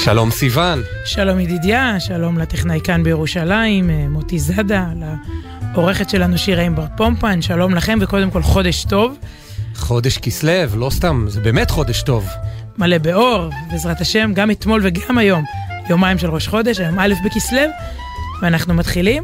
שלום סיוון. שלום ידידיה, שלום לטכנאי כאן בירושלים, מוטי זדה, לעורכת שלנו שירה עם בר פומפן, שלום לכם וקודם כל חודש טוב. חודש כסלב, לא סתם, זה באמת חודש טוב. מלא באור, בעזרת השם, גם אתמול וגם היום, יומיים של ראש חודש, היום א' בכסלב, ואנחנו מתחילים.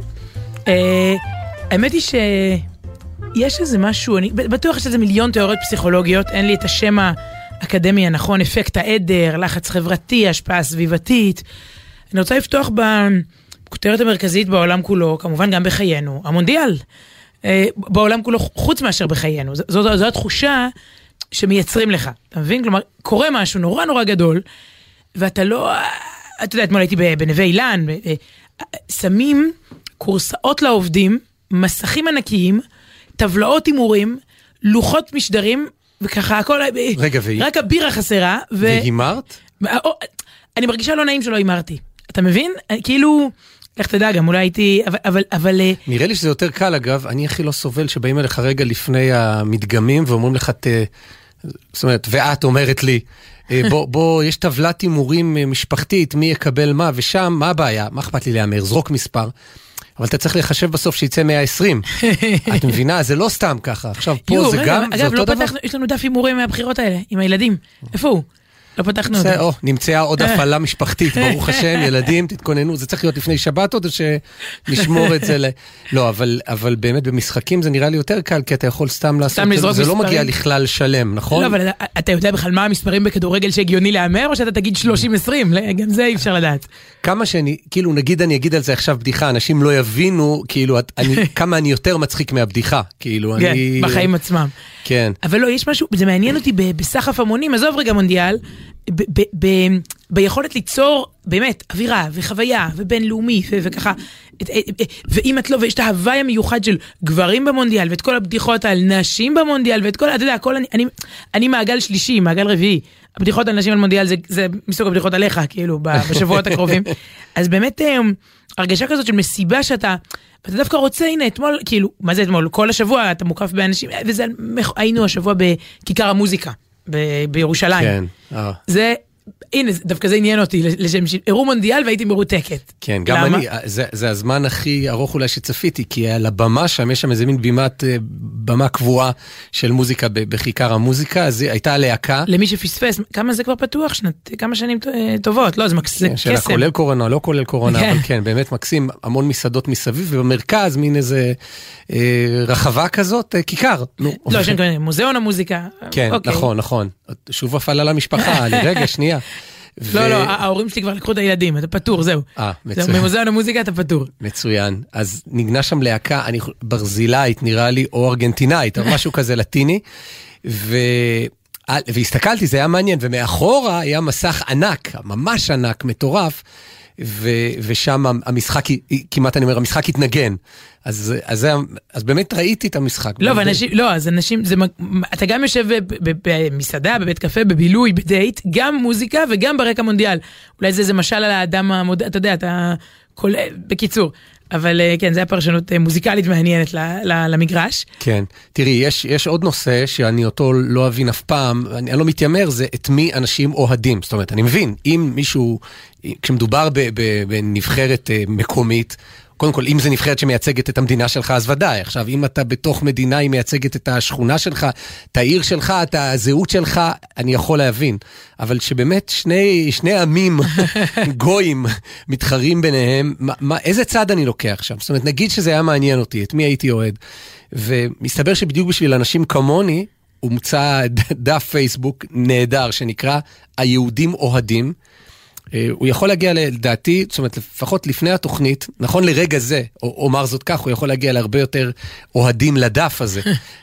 האמת היא שיש איזה משהו, אני בטוח שיש איזה מיליון תיאוריות פסיכולוגיות, אין לי את השם האקדמי הנכון, אפקט העדר, לחץ חברתי, השפעה סביבתית. אני רוצה לפתוח בכותרת המרכזית בעולם כולו, כמובן גם בחיינו, המונדיאל. בעולם כולו, חוץ מאשר בחיינו. זו התחושה שמייצרים לך. אתה מבין? כלומר, קורה משהו נורא נורא גדול, ואתה לא... אתה יודע, אתמול הייתי בנווה אילן, שמים קורסאות לעובדים, מסכים ענקיים, טבלאות אימורים, לוחות משדרים, וככה הכל... רגע, רק הבירה חסרה. והימרת? אני מרגישה לא נעים שלא הימרתי. אתה מבין? כאילו... איך תדע, גם אולי הייתי, אבל... נראה לי שזה יותר קל, אגב, אני הכי לא סובל שבאים אליך רגע לפני המדגמים, ואומרים לך, זאת אומרת, ואת אומרת לי, בוא, יש טבלת הימורים משפחתית, מי יקבל מה, ושם, מה הבעיה? מה אכפת לי להאמר? זרוק מספר, אבל אתה צריך לחשב בסוף שיצא 120. את מבינה? זה לא סתם ככה. עכשיו, פה זה גם, זה אותו דבר. יש לנו דף הימורים מהבחירות האלה, עם הילדים. איפה הוא? לא פתחנו את זה. נמצאה עוד הפעלה משפחתית, ברוך השם, ילדים, תתכוננו, זה צריך להיות לפני שבת עוד, או שנשמור את זה לא, אבל באמת במשחקים זה נראה לי יותר קל, כי אתה יכול סתם לעשות, זה לא מגיע לכלל שלם, נכון? לא, אבל אתה יודע בכלל מה המספרים בכדורגל שהגיוני לאמר, או שאתה תגיד 30-20, גם זה אי אפשר לדעת. כמה שאני, כאילו נגיד אני אגיד על זה עכשיו בדיחה, אנשים לא יבינו, כאילו, כמה אני יותר מצחיק מהבדיחה, כאילו, אני... בחיים עצמם. כן. אבל לא, יש משהו, זה מעניין אותי בסחף המונים, עזוב רגע מונדיאל, ביכולת ליצור באמת אווירה וחוויה ובינלאומי וככה, ואם את לא, ויש את ההוואי המיוחד של גברים במונדיאל ואת כל הבדיחות על נשים במונדיאל ואת כל, אתה יודע, אני מעגל שלישי, מעגל רביעי, הבדיחות על נשים על מונדיאל זה מסוג הבדיחות עליך, כאילו, בשבועות הקרובים. אז באמת הרגשה כזאת של מסיבה שאתה דווקא רוצה, הנה, אתמול, כאילו, מה זה אתמול? כל השבוע אתה מוקף באנשים, וזה, היינו השבוע בכיכר המוזיקה, בירושלים. כן. זה, הנה, דווקא זה עניין אותי, לשם אירוע מונדיאל והייתי מרותקת. כן, גם אני, זה הזמן הכי ארוך אולי שצפיתי, כי על הבמה שם, יש שם איזה מין במה קבועה של מוזיקה בכיכר המוזיקה, אז הייתה להקה. למי שפספס, כמה זה כבר פתוח? כמה שנים טובות? לא, זה קסם. שאלה כולל קורונה, לא כולל קורונה, אבל כן, באמת מקסים, המון מסעדות מסביב, ובמרכז מין איזה רחבה כזאת, כיכר. לא, מוזיאון המוזיקה. כן, נכון. שוב הפעלה למשפחה, לרגע, שנייה. לא, ההורים שלי כבר לקחו את הילדים, אתה פטור, זהו. מצוין. במוזיאון המוזיקה אתה פטור. מצוין. אז נגנה שם להקה, ברזילאית נראה לי, או ארגנטינאית, או משהו כזה לטיני, והסתכלתי, זה היה מעניין, ומאחורה היה מסך ענק, ממש ענק, מטורף, ושם המשחק, כמעט אני אומר, המשחק התנגן. אז באמת ראיתי את המשחק. לא, אז אנשים, אתה גם יושב במסעדה, בבית קפה, בבילוי, בדייט, גם מוזיקה וגם ברקע מונדיאל. אולי זה משל על האדם המודע, אתה יודע, בקיצור. אבל כן, זה הפרשנות מוזיקלית מעניינת למגרש. כן, תראי, יש עוד נושא שאני אותו לא אבין אף פעם, אני לא מתיימר, זה את מי אנשים אוהדים. זאת אומרת, אני מבין, אם מישהו, כשמדובר בנבחרת מקומית, קודם כל, אם זה נבחרת שמייצגת את המדינה שלך, אז ודאי. עכשיו, אם אתה בתוך מדינה, היא מייצגת את השכונה שלך, את העיר שלך, את הזהות שלך, אני יכול להבין. אבל שבאמת שני עמים גויים מתחרים ביניהם, איזה צד אני לוקח שם? זאת אומרת, נגיד שזה היה מעניין אותי, את מי הייתי אוהד. ומסתבר שבדיוק בשביל אנשים כמוני, הומצא דף פייסבוק נהדר, שנקרא היהודים אוהדים, הוא יכול להגיע לדעתי, זאת אומרת, לפחות לפני התוכנית, נכון לרגע זה, או אומר זאת כך, הוא יכול להגיע להרבה יותר אוהדים לדף הזה,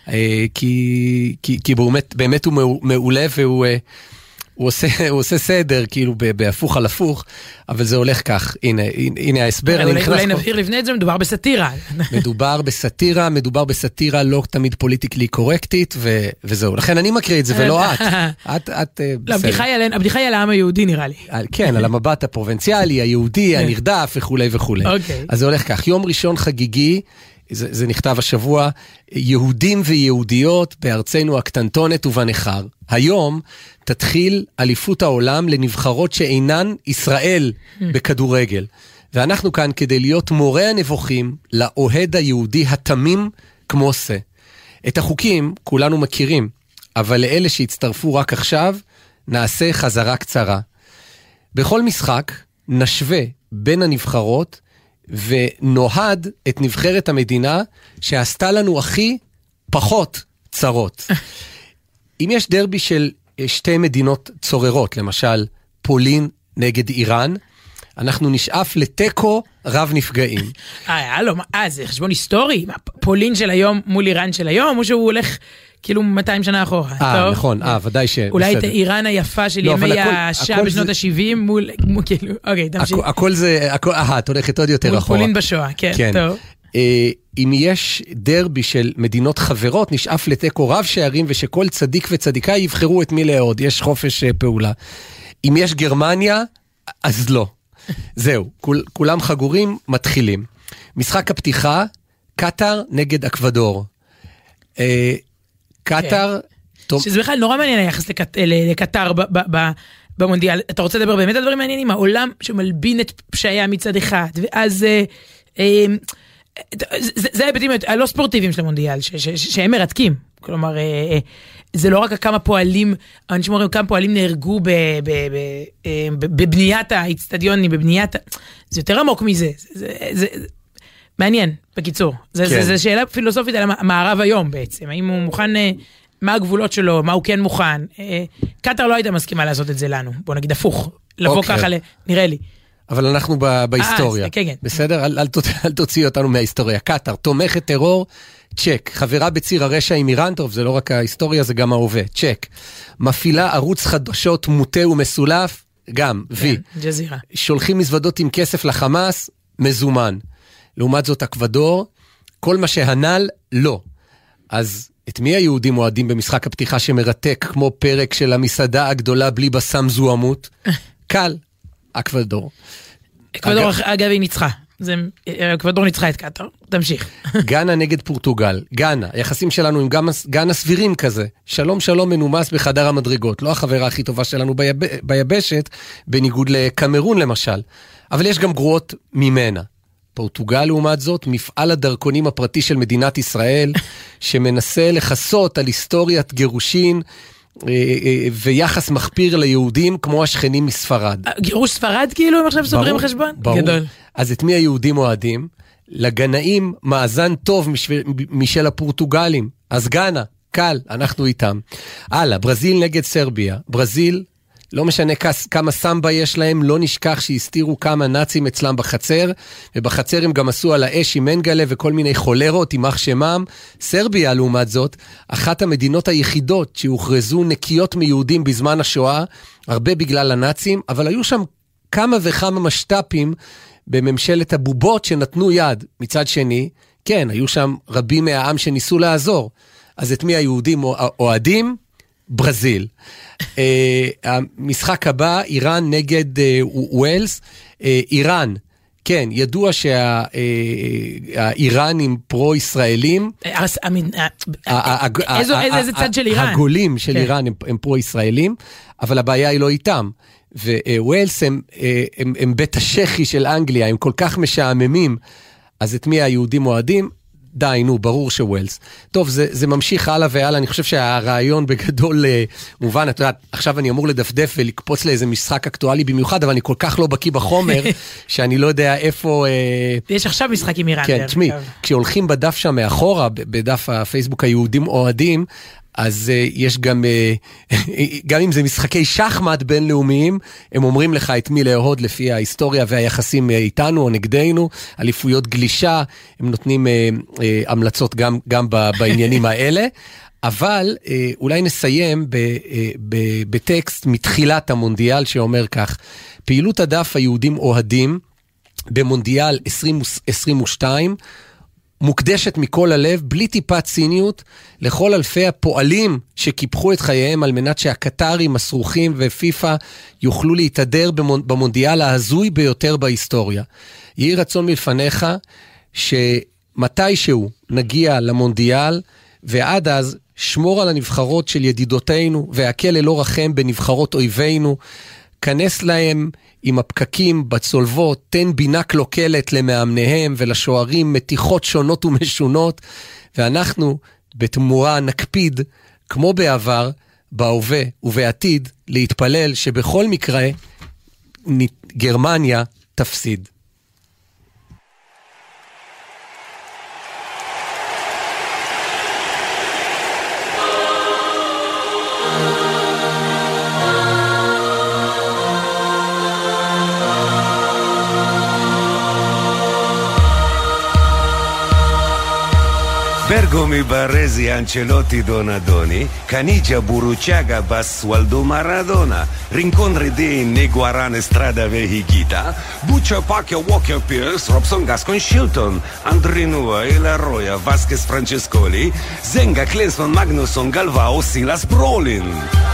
כי באמת הוא מעולה, והוא עושה סדר, כאילו, בהפוך על הפוך, אבל זה הולך כך, הנה ההסבר. אולי נבהיר לפני את זה, מדובר בסטירה. מדובר בסטירה לא תמיד פוליטיקלי קורקטית, וזהו. לכן אני מקריא את זה, ולא את. לא, הבדיחה היא על העם היהודי, נראה לי. כן, על המבט הפרובינציאלי, היהודי, הנרדף, וכו' וכו'. אז זה הולך כך. יום ראשון חגיגי, זה נכתב השבוע, יהודים ויהודיות בארצנו הקטנטונת ובנכר. היום תתחיל אליפות העולם לנבחרות שאינן ישראל בכדורגל. ואנחנו כאן כדי להיות מורה הנבוכים לאוהד היהודי התמים כמו זה. את החוקים כולנו מכירים, אבל לאלה שהצטרפו רק עכשיו, נעשה חזרה קצרה. בכל משחק נשווה בין הנבחרות, ונוהד את נבחרת המדינה שעשתה לנו הכי פחות צרות. אם יש דרבי של שתי מדינות צוררות, למשל פולין נגד איראן, אנחנו נשאף לתיקו רב נפגעים. זה חשבון היסטורי? פולין של היום מול איראן של היום, או שהוא הולך כאילו 200 שנה אחורה? נכון, ודאי ש... אולי את איראן היפה של ימי השעה בשנות ה-70 מול, כאילו, אוקיי, תמשיך. הכל זה, את הולכת עוד יותר אחורה. מול פולין בשואה, כן, טוב. אם יש דרבי של מדינות חברות, נשאף לתיקו רב שערים, ושכל צדיק וצדיקה יבחרו את מי לעוד, יש חופש פעולה. אם יש גרמניה, אז לא. זהו, כולם חגורים, מתחילים. משחק הפתיחה, קטר נגד אקוודור. קטר... שזה בכלל נורא מעניין היחס לקטר במונדיאל. אתה רוצה לדבר באמת על דברים מעניינים? העולם שמלבין את פשעיה מצד אחד, ואז... זה ההיבטים הלא ספורטיביים של המונדיאל, שהם מרתקים. כלומר, זה לא רק כמה פועלים, אנשים אומרים כמה פועלים נהרגו בבניית האצטדיונים, בבניית... זה יותר עמוק מזה. זה מעניין, בקיצור. זה שאלה פילוסופית על המערב היום בעצם. האם הוא מוכן, מה הגבולות שלו, מה הוא כן מוכן. קטר לא הייתה מסכימה לעשות את זה לנו. בוא נגיד הפוך, לבוא ככה, נראה לי. אבל אנחנו בהיסטוריה. בסדר? אל תוציא אותנו מההיסטוריה. קטר, תומכת טרור, צ'ק. חברה בציר הרשע עם איראן, טוב, זה לא רק ההיסטוריה, זה גם ההווה. צ'ק. מפעילה ערוץ חדשות מוטה ומסולף, גם, וי. ג'זירה. שולחים מזוודות עם כסף לחמאס, מזומן. לעומת זאת אקוודור, כל מה שהנ"ל, לא. אז את מי היהודים מועדים במשחק הפתיחה שמרתק, כמו פרק של המסעדה הגדולה בלי בסם זוהמות? קל. אקוודור. אקוודור, אגב, היא ניצחה. אקוודור ניצחה את קטר. תמשיך. גאנה נגד פורטוגל. גאנה, היחסים שלנו עם גאנה סבירים כזה. שלום שלום מנומס בחדר המדרגות. לא החברה הכי טובה שלנו ביבשת, בניגוד לקמרון למשל. אבל יש גם גרועות ממנה. פורטוגל לעומת זאת, מפעל הדרכונים הפרטי של מדינת ישראל, שמנסה לחסות על היסטוריית גירושין, ויחס מחפיר ליהודים כמו השכנים מספרד. גירוש ספרד כאילו הם עכשיו סוגרים חשבון? ברור. גדול. אז את מי היהודים אוהדים? לגנאים מאזן טוב משל הפורטוגלים. אז גאנה, קל, אנחנו איתם. הלאה, ברזיל נגד סרביה. ברזיל, לא משנה כמה סמבה יש להם, לא נשכח שהסתירו כמה נאצים אצלם בחצר, ובחצר הם גם עשו על האש עם מנגלה וכל מיני חולרות, עם אח שמם. סרביה, לעומת זאת, אחת המדינות היחידות שהוכרזו נקיות מיהודים בזמן השואה, הרבה בגלל הנאצים, אבל היו שם כמה וכמה משטפים בממשלת הבובות שנתנו יד. מצד שני, כן, היו שם רבים מהעם שניסו לעזור. אז את מי היהודים אוהדים? ברזיל. המשחק הבא, איראן נגד ווילס. איראן, כן, ידוע שהאיראנים פרו-ישראלים. איזה צד של איראן? הגולים של איראן הם פרו-ישראלים, אבל הבעיה היא לא איתם. ווילס הם בית השכי של אנגליה, הם כל כך משעממים. אז את מי היהודים אוהדים? די, נו, ברור שווילס. טוב, זה ממשיך הלאה והלאה, אני חושב שהרעיון בגדול מובן, אתה יודע, עכשיו אני אמור לדפדף ולקפוץ לאיזה משחק אקטואלי במיוחד, אבל אני כל כך לא בקיא בחומר, שאני לא יודע איפה... יש עכשיו משחק עם איראן. כן, תשמעי, כשהולכים בדף שם מאחורה, בדף הפייסבוק היהודים אוהדים, אז יש גם אם זה משחקי שחמט בינלאומיים, הם אומרים לך את מי לאהוד לפי ההיסטוריה והיחסים איתנו או נגדנו, אליפויות גלישה, הם נותנים המלצות גם בעניינים האלה, אבל אולי נסיים בטקסט מתחילת המונדיאל שאומר כך, פעילות הדף היהודים אוהדים במונדיאל 2022, מוקדשת מכל הלב, בלי טיפת ציניות, לכל אלפי הפועלים שקיפחו את חייהם על מנת שהקטרים, הסרוכים ופיפה יוכלו להתהדר במונדיאל ההזוי ביותר בהיסטוריה. יהי רצון מלפניך מתישהו נגיע למונדיאל, ועד אז שמור על הנבחרות של ידידותינו, והקל ללא רחם בנבחרות אויבינו, כנס להם עם הפקקים בצולבות, תן בינה קלוקלת למאמניהם ולשוערים מתיחות שונות ומשונות, ואנחנו בתמורה נקפיד, כמו בעבר, בהווה ובעתיד, להתפלל שבכל מקרה גרמניה תפסיד. Bergo mi Baresi, Ancelotti, Donadoni, Canigia, Buruciaga, Basualdo, Maradona, Rincon, Redin, Neguaran, Estrada, Vehigita, Buccia, Pacchia, Walker, Pierce, Robson, Gascon, Shilton, Andrinua, Elaroya, Vasquez, Francescoli, Zenga, Klinsmann, Magnusson, Galvao, Silas, Brolin.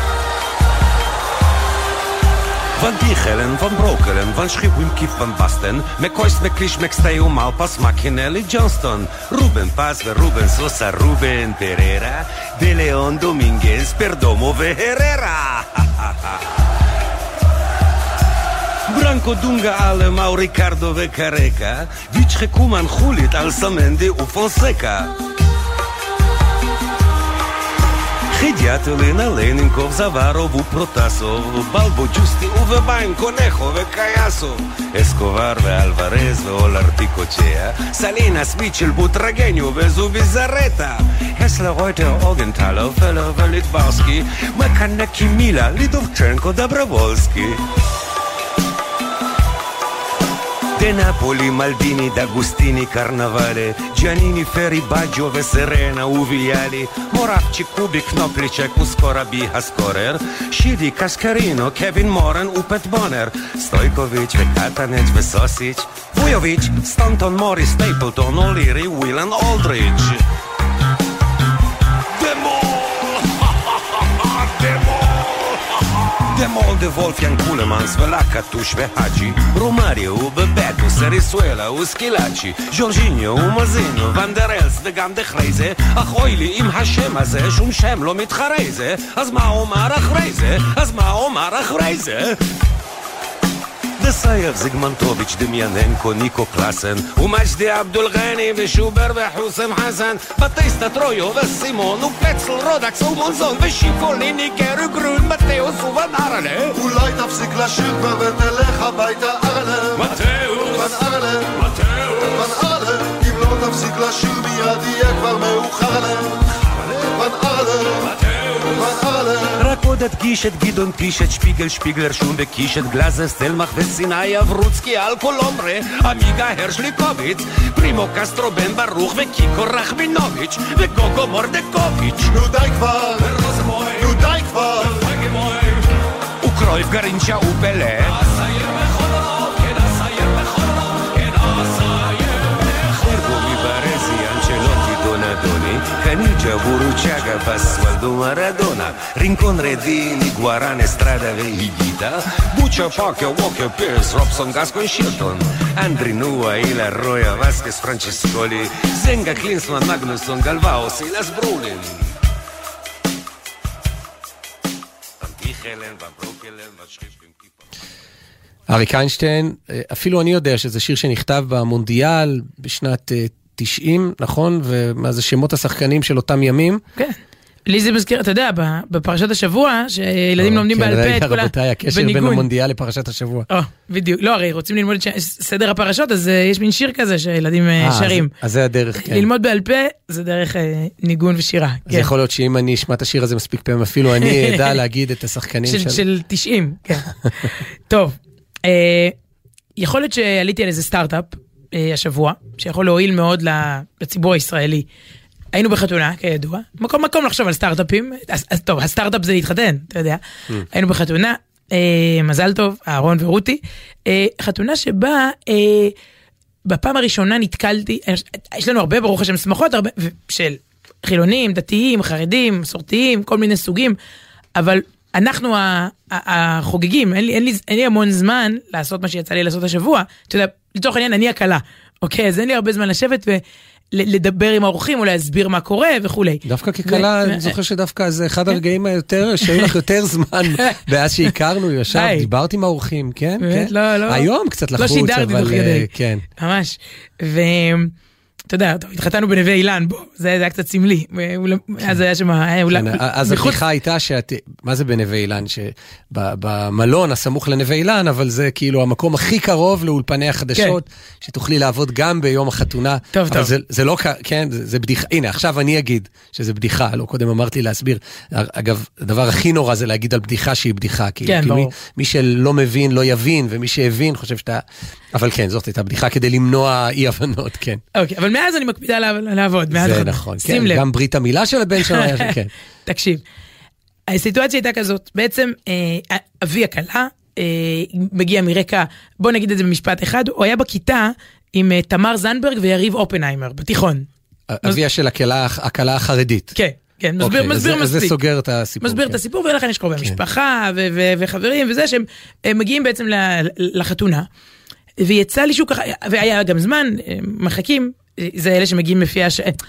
Van Dichelen, Van Brokelen, Van Schipwim, Kief, Van Basten, McCoyst, McLeish, McStay, Malpas, McKinley, Johnston, Ruben Paz, Ruben Sosa, Ruben Pereira, De Leon, Dominguez, Perdomo, Herrera. Branco, Dunga, Alemão, Ricardo, Careca, Vichre, Kuman, Julit, Alsamendi, Fonseca. Хидятелина, Ленинков, Заваров, Протасов, Балбо, Джусти, Увебайн, Конехо, Каясов, Эсковар, Альварез, Оларти, Кочея, Салинас, Мичел, Бутрагеню, Везуби, Зарета, Хеслер, Ройтер, Огенталов, Феллер, Литварский, Маканеки, Мила, Литовченко, Добровольский. De Napoli, Maldini, D'Agostini, Carnavale, Giannini, Ferri, Baggio, Serena, Uviali, Moravci, Kubik, Knoplicek, Uskorabi, Haskorer, Shidi, Kaskarino, Kevin Moran, Upet Bonner, Stojkovic, Katanec, Vesosic, Vujovic, Stanton, Morris, Stapleton, O'Leary, Whelan, Aldridge. Demol de Wolfgang Kulemans, Velakatush, Vehaji, Romario, Bebeto, Serisuela, Uskilaci, Jorginho, Umazino, Van der Els, וגם דחרי זה, אך אוי לי עם השם הזה, שום שם לא מתחרי זה, אז מה אומר אחרי זה? אז מה אומר אחרי זה? דסייב, זיגמנטוביץ', דמיאננקו, ניקו קלאסן, ומג'די עבדול גני, ושובר וחוסם חסן, בטייסטה טרויו וסימון, ופצל רודקס ומונזון, ושיקולי ניגר וגרון, מתאוס ובן ארלה. אולי תפסיק לשיר כבר ותלך הביתה ארלה. מתאוס, בן ארלה, מתאוס, בן ארלה, אם לא תפסיק לשיר מיד יהיה כבר מאוחר לה. בן ארלה, בן ארלה. רק עוד הדגיש את גדעון פישט, שפיגל, שפיגלר, שום וקישט, גלאזר, סטלמח וסיני, אברוצקי, אלקולומרה, עמיגה הרשליקוביץ, פרימו קסטרו בן ברוך וקיקו רחמינוביץ' וגוגו מורדקוביץ'. נו די כבר, נו די כבר, וקרויף גרינצ'ה ופלה, אסייר בחולוב, כן אסייר בחולוב, כן אסייר בחולוב. ארגו מברזי, אנצ'לוטי, דונדוני, Canigia, Buruciaga, Basualdo, Maradona, Rincon, Redini, Guaran, Estrada, Vehigita, Buccia, Pacchia, Walker, Pierce, Robson, Gascon, Shilton, Andrinua, Elaroya, Vasquez, Francescoli, Zenga, Klinsmann, Magnusson, Galvao, Silas, Brolin. Van Dichelen, Van Brokelen, Van Schipwim, אריק איינשטיין, אפילו אני יודע שזה שיר שנכתב במונדיאל בשנת 90, נכון? ומה זה שמות השחקנים של אותם ימים? כן. לי זה מזכיר, אתה יודע, בפרשת השבוע, שילדים לומדים בעל פה את כל רבותיי, הקשר בין המונדיאל לפרשת השבוע. בדיוק. לא, הרי רוצים ללמוד סדר הפרשות, אז יש מין שיר כזה שילדים שרים. אז זה הדרך, כן. ללמוד בעל פה, זה דרך ניגון ושירה. אז יכול להיות שאם אני אשמע את השיר הזה מספיק פעמים, אפילו אני אדע להגיד את השחקנים של 90, כן. טוב. יכול להיות שעליתי על איזה סטארט-אפ השבוע, שיכול להועיל מאוד לציבור הישראלי. היינו בחתונה, כידוע, מקום לחשוב על סטארט-אפים, אז טוב, הסטארט-אפ זה להתחתן, אתה יודע. היינו בחתונה, מזל טוב, אהרון ורותי, חתונה שבה בפעם הראשונה נתקלתי, יש לנו הרבה ברוך השם שמחות, הרבה של חילונים, דתיים, חרדים, מסורתיים, כל מיני סוגים, אבל אנחנו החוגגים, אין לי המון זמן לעשות מה שיצא לי לעשות השבוע, אתה יודע, לצורך העניין, אני הקלה, אוקיי, אז אין לי הרבה זמן לשבת, לדבר עם האורחים, או להסביר מה קורה וכולי. דווקא כקלה, אני זוכר שדווקא זה אחד הרגעים היותר, שהיו לך יותר זמן, ואז שהכרנו, ישב, דיברת עם האורחים, כן? היום קצת לחוץ, לא שידרתי תוך כדי. כן. ממש. אתה יודע, התחתנו בנווה אילן, בו, זה היה קצת סמלי, אז היה שם, אז הבדיחה הייתה, מה זה בנווה אילן? שבמלון הסמוך לנווה אילן, אבל זה כאילו המקום הכי קרוב לאולפני החדשות, שתוכלי לעבוד גם ביום החתונה. טוב, טוב. זה לא, כן, זה בדיחה, הנה, עכשיו אני אגיד שזה בדיחה, לא קודם אמרתי להסביר. אגב, הדבר הכי נורא זה להגיד על בדיחה שהיא בדיחה, כי מי שלא מבין לא יבין, ומי שהבין חושב שאתה... אבל כן, זאת הייתה בדיחה כדי למנוע אי הבנות, כן. אוקיי, אבל מאז אני מקפידה לעבוד. זה נכון, כן, גם ברית המילה של הבן שלו היה כן. תקשיב, הסיטואציה הייתה כזאת, בעצם אבי הכלה מגיע מרקע, בוא נגיד את זה במשפט אחד, הוא היה בכיתה עם תמר זנדברג ויריב אופנהיימר, בתיכון. אביה של הכלה החרדית. כן. כן, מסביר מספיק. זה סוגר את הסיפור. מסביר את הסיפור, ולכן יש קרובי משפחה וחברים וזה, שהם מגיעים בעצם לחתונה. ויצא לי שהוא ככה, והיה גם זמן, מחכים, זה אלה שמגיעים לפי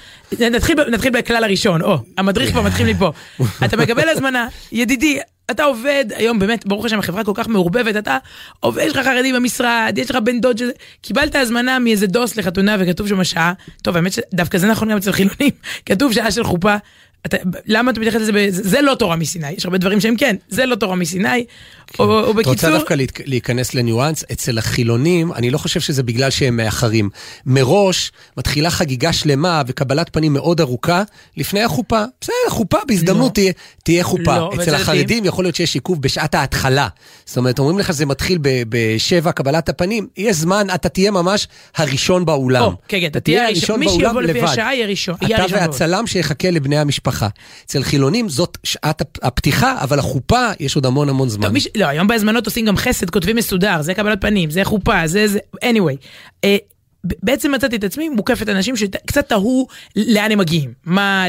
נתחיל בכלל הראשון, המדריך כבר מתחיל לי פה. אתה מקבל הזמנה, ידידי, אתה עובד, היום באמת, ברוך השם, החברה כל כך מעורבבת, אתה עובד, יש לך חרדי במשרד, יש לך בן דוד, קיבלת הזמנה מאיזה דוס לחתונה, וכתוב שם השעה, טוב, האמת שדווקא זה נכון גם אצל חילונים, כתוב שעה של חופה, למה אתה מתייחס לזה? זה לא תורה מסיני, יש הרבה דברים שהם כן, זה לא תורה מסיני, או בקיצור... אתה רוצה דווקא להיכנס לניואנס, אצל החילונים, אני לא חושב שזה בגלל שהם מאחרים. מראש מתחילה חגיגה שלמה וקבלת פנים מאוד ארוכה, לפני החופה, בסדר, חופה בהזדמנות תהיה חופה. אצל החרדים יכול להיות שיש עיכוב בשעת ההתחלה. זאת אומרת, אומרים לך שזה מתחיל בשבע קבלת הפנים, יהיה זמן, אתה תהיה ממש הראשון באולם. כן, אתה תהיה הראשון באולם לבד. אתה והצלם שיחכה לבני המשפחה. אצל חילונים זאת שעת הפתיחה, אבל החופה יש עוד המון זמן. לא, היום בהזמנות עושים גם חסד, כותבים מסודר, זה קבלת פנים, זה חופה, זה, anyway. בעצם מצאתי את עצמי מוקפת אנשים שקצת תהו לאן הם מגיעים, מה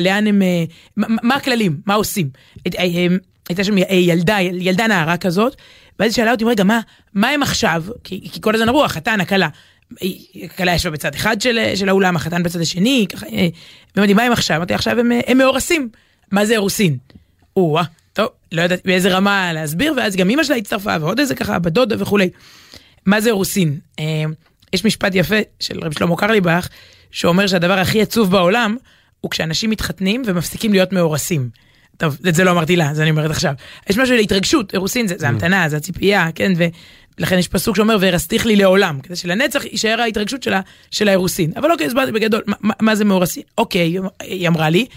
הכללים, מה עושים. הייתה שם ילדה נערה כזאת, ואז שאלה אותי, רגע, מה הם עכשיו? כי כל הזמן אמרו, החתן, הכלה. הכלה ישבה בצד אחד של האולם, החתן בצד השני, ואמרתי, מה הם עכשיו? אמרתי, עכשיו הם מאורסים. מה זה אירוסין? טוב, לא יודעת באיזה רמה להסביר, ואז גם אמא שלה הצטרפה, ועוד איזה ככה, בדודה וכולי. מה זה אירוסין? יש משפט יפה של רב שלמה קרליבך, שאומר שהדבר הכי עצוב בעולם, הוא כשאנשים מתחתנים ומפסיקים להיות מאורסים. טוב, את זה לא אמרתי לה, זה אני אומרת עכשיו. יש משהו להתרגשות, אירוסין זה המתנה, זה הציפייה, כן, ולכן יש פסוק שאומר, והרסתיך לי לעולם, כדי שלנצח יישאר ההתרגשות של האירוסין. אבל אוקיי, הסברתי בגדול, מה זה מאורסין? אוקיי, היא אמרה לי,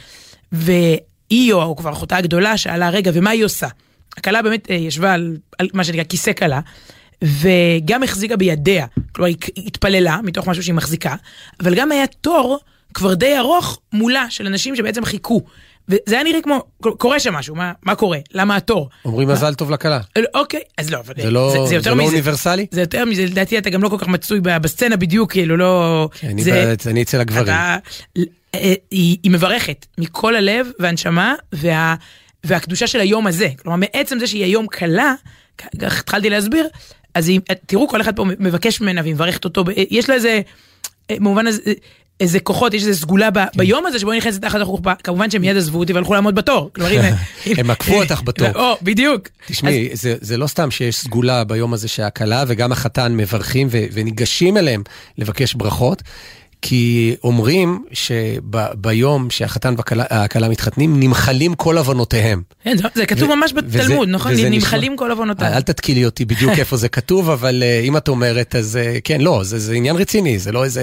והיא, או כבר אחותה הגדולה, שאלה, רגע, ומה היא עושה? הכלה באמת ישבה על מה שנקרא כיסא כלה, וגם החזיקה בידיה, כלומר היא התפללה מתוך משהו שהיא מחזיקה, אבל גם היה תור כבר די ארוך מולה של אנשים שבעצם חיכו, וזה היה נראה כמו, קורה שם משהו, מה קורה? למה התור? אומרים מזל טוב לכלה. אוקיי, אז לא, זה לא אוניברסלי? זה יותר מזה, לדעתי אתה גם לא כל כך מצוי בסצנה בדיוק, כאילו לא... אני אצל הגברים. היא מברכת מכל הלב והנשמה והקדושה של היום הזה, כלומר מעצם זה שהיא היום קלה, כך התחלתי להסביר, אז תראו כל אחד פה מבקש ממנה והיא מברכת אותו, יש לה איזה, במובן הזה, איזה כוחות, יש איזה סגולה ביום הזה שבו נכנסת תחת החופה, כמובן שהם מיד עזבו אותי והלכו לעמוד בתור. הם עקפו אותך בתור. בדיוק. תשמעי, זה לא סתם שיש סגולה ביום הזה שהקלה וגם החתן מברכים וניגשים אליהם לבקש ברכות, כי אומרים שביום שהחתן והכלה מתחתנים, נמחלים כל עוונותיהם. כן, זה כתוב ממש בתלמוד, נכון? נמחלים כל עוונותיהם. אל תתקילי אותי בדיוק איפה זה כתוב, אבל אם את אומרת, אז כן, לא, זה עניין רציני, זה לא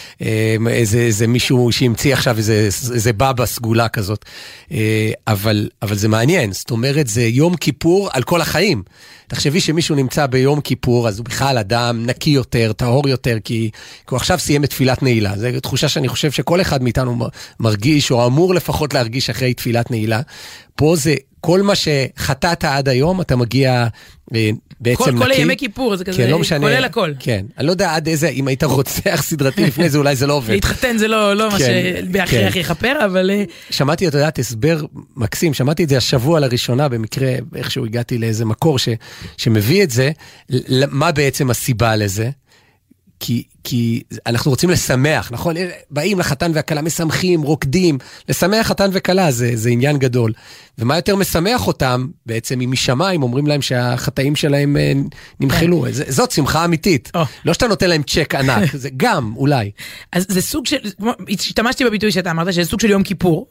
איזה מישהו שהמציא עכשיו איזה בבא סגולה כזאת. אבל זה מעניין, זאת אומרת, זה יום כיפור על כל החיים. תחשבי שמישהו נמצא ביום כיפור, אז הוא בכלל אדם נקי יותר, טהור יותר, כי הוא עכשיו סיים את תפילת נעילה. זו תחושה שאני חושב שכל אחד מאיתנו מרגיש, או אמור לפחות להרגיש אחרי תפילת נעילה. פה זה כל מה שחטאת עד היום, אתה מגיע בעצם נקי. כל הימי כיפור, זה כזה, כולל הכל. כן, אני לא יודע עד איזה, אם היית רוצח סדרתי לפני זה, אולי זה לא עובד. להתחתן זה לא מה שבאחרי יכפר, אבל... שמעתי, אתה יודעת, הסבר מקסים, שמעתי את זה השבוע לראשונה, במקרה, איכשהו הגעתי לאיזה מקור שמביא את זה, מה בעצם הסיבה לזה? כי אנחנו רוצים לשמח, נכון? באים לחתן והכלה, משמחים, רוקדים, לשמח חתן וכלה, זה עניין גדול. ומה יותר משמח אותם, בעצם אם משמיים אומרים להם שהחטאים שלהם נמחלו. זאת שמחה אמיתית. לא שאתה נותן להם צ'ק ענק, זה גם, אולי. אז זה סוג של, השתמשתי בביטוי שאתה אמרת, שזה סוג של יום כיפור,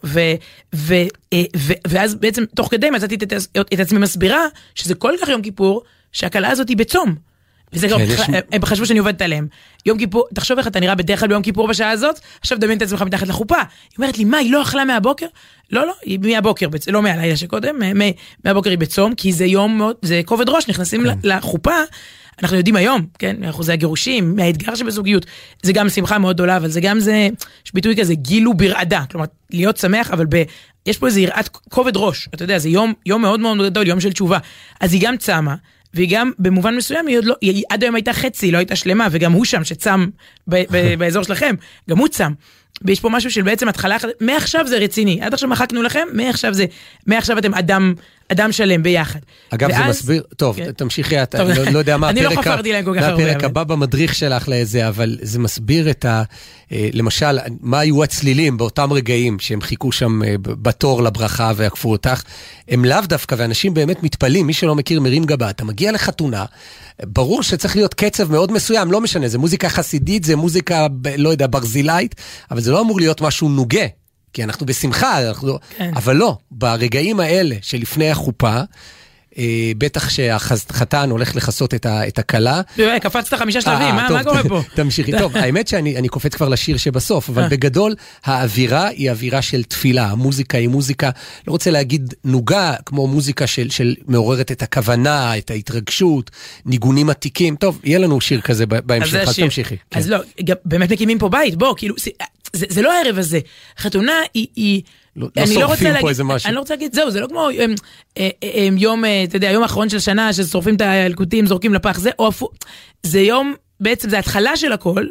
ואז בעצם תוך כדי מצאתי את עצמי מסבירה, שזה כל כך יום כיפור, שהכלה הזאת היא בצום. וזה גם, הם חשבו שאני עובדת עליהם. יום כיפור, תחשוב איך אתה נראה בדרך כלל ביום כיפור בשעה הזאת, עכשיו דמיין את עצמך מתחת לחופה. היא אומרת לי, מה, היא לא אכלה מהבוקר? לא, היא מהבוקר, לא מהלילה שקודם, מהבוקר היא בצום, כי זה יום מאוד, זה כובד ראש, נכנסים לחופה, אנחנו יודעים היום, כן, אחוזי הגירושים, מהאתגר שבזוגיות, זה גם שמחה מאוד גדולה, אבל זה גם זה, יש ביטוי כזה, גילו ברעדה, כלומר, להיות שמח, אבל יש פה איזה יראת כובד ראש, אתה יודע, זה יום מאוד מאוד גדול, יום של תשובה, אז היא גם צמה, והיא גם במובן מסוים, היא עד היום הייתה חצי, היא לא הייתה שלמה, וגם הוא שם שצם באזור שלכם, גם הוא צם. ויש פה משהו של בעצם התחלה, מעכשיו זה רציני, עד עכשיו מחקנו לכם, מעכשיו אתם אדם שלם ביחד. אגב, זה מסביר, טוב, תמשיכי, אתה לא יודע מה הפרק הבא במדריך שלך לזה, אבל זה מסביר את למשל, מה היו הצלילים באותם רגעים שהם חיכו שם בתור לברכה ועקפו אותך, הם לאו דווקא, ואנשים באמת מתפלים, מי שלא מכיר מרים גבה, אתה מגיע לחתונה, ברור שצריך להיות קצב מאוד מסוים, לא משנה, זה מוזיקה חסידית, זה מוזיקה, לא יודע, ברזילאית, אבל זה לא אמור להיות משהו נוגה, כי אנחנו בשמחה, אבל לא, ברגעים האלה שלפני החופה, בטח שהחתן הולך לחסות את הכלה. קפצת 5 שלבים, מה קורה פה? תמשיכי, טוב, האמת שאני קופץ כבר לשיר שבסוף, אבל בגדול האווירה היא אווירה של תפילה, המוזיקה היא מוזיקה, לא רוצה להגיד נוגה, כמו מוזיקה של מעוררת את הכוונה, את ההתרגשות, ניגונים עתיקים, טוב, יהיה לנו שיר כזה בהמשך, אז תמשיכי. אז לא, באמת מקימים פה בית, בוא, כאילו, זה לא הערב הזה, חתונה היא לא שורפים פה איזה משהו. אני לא רוצה להגיד, זהו, זה לא כמו יום, אתה יודע, יום האחרון של שנה, ששורפים את הילקוטים, זורקים לפח, זה יום, בעצם זה התחלה של הכל,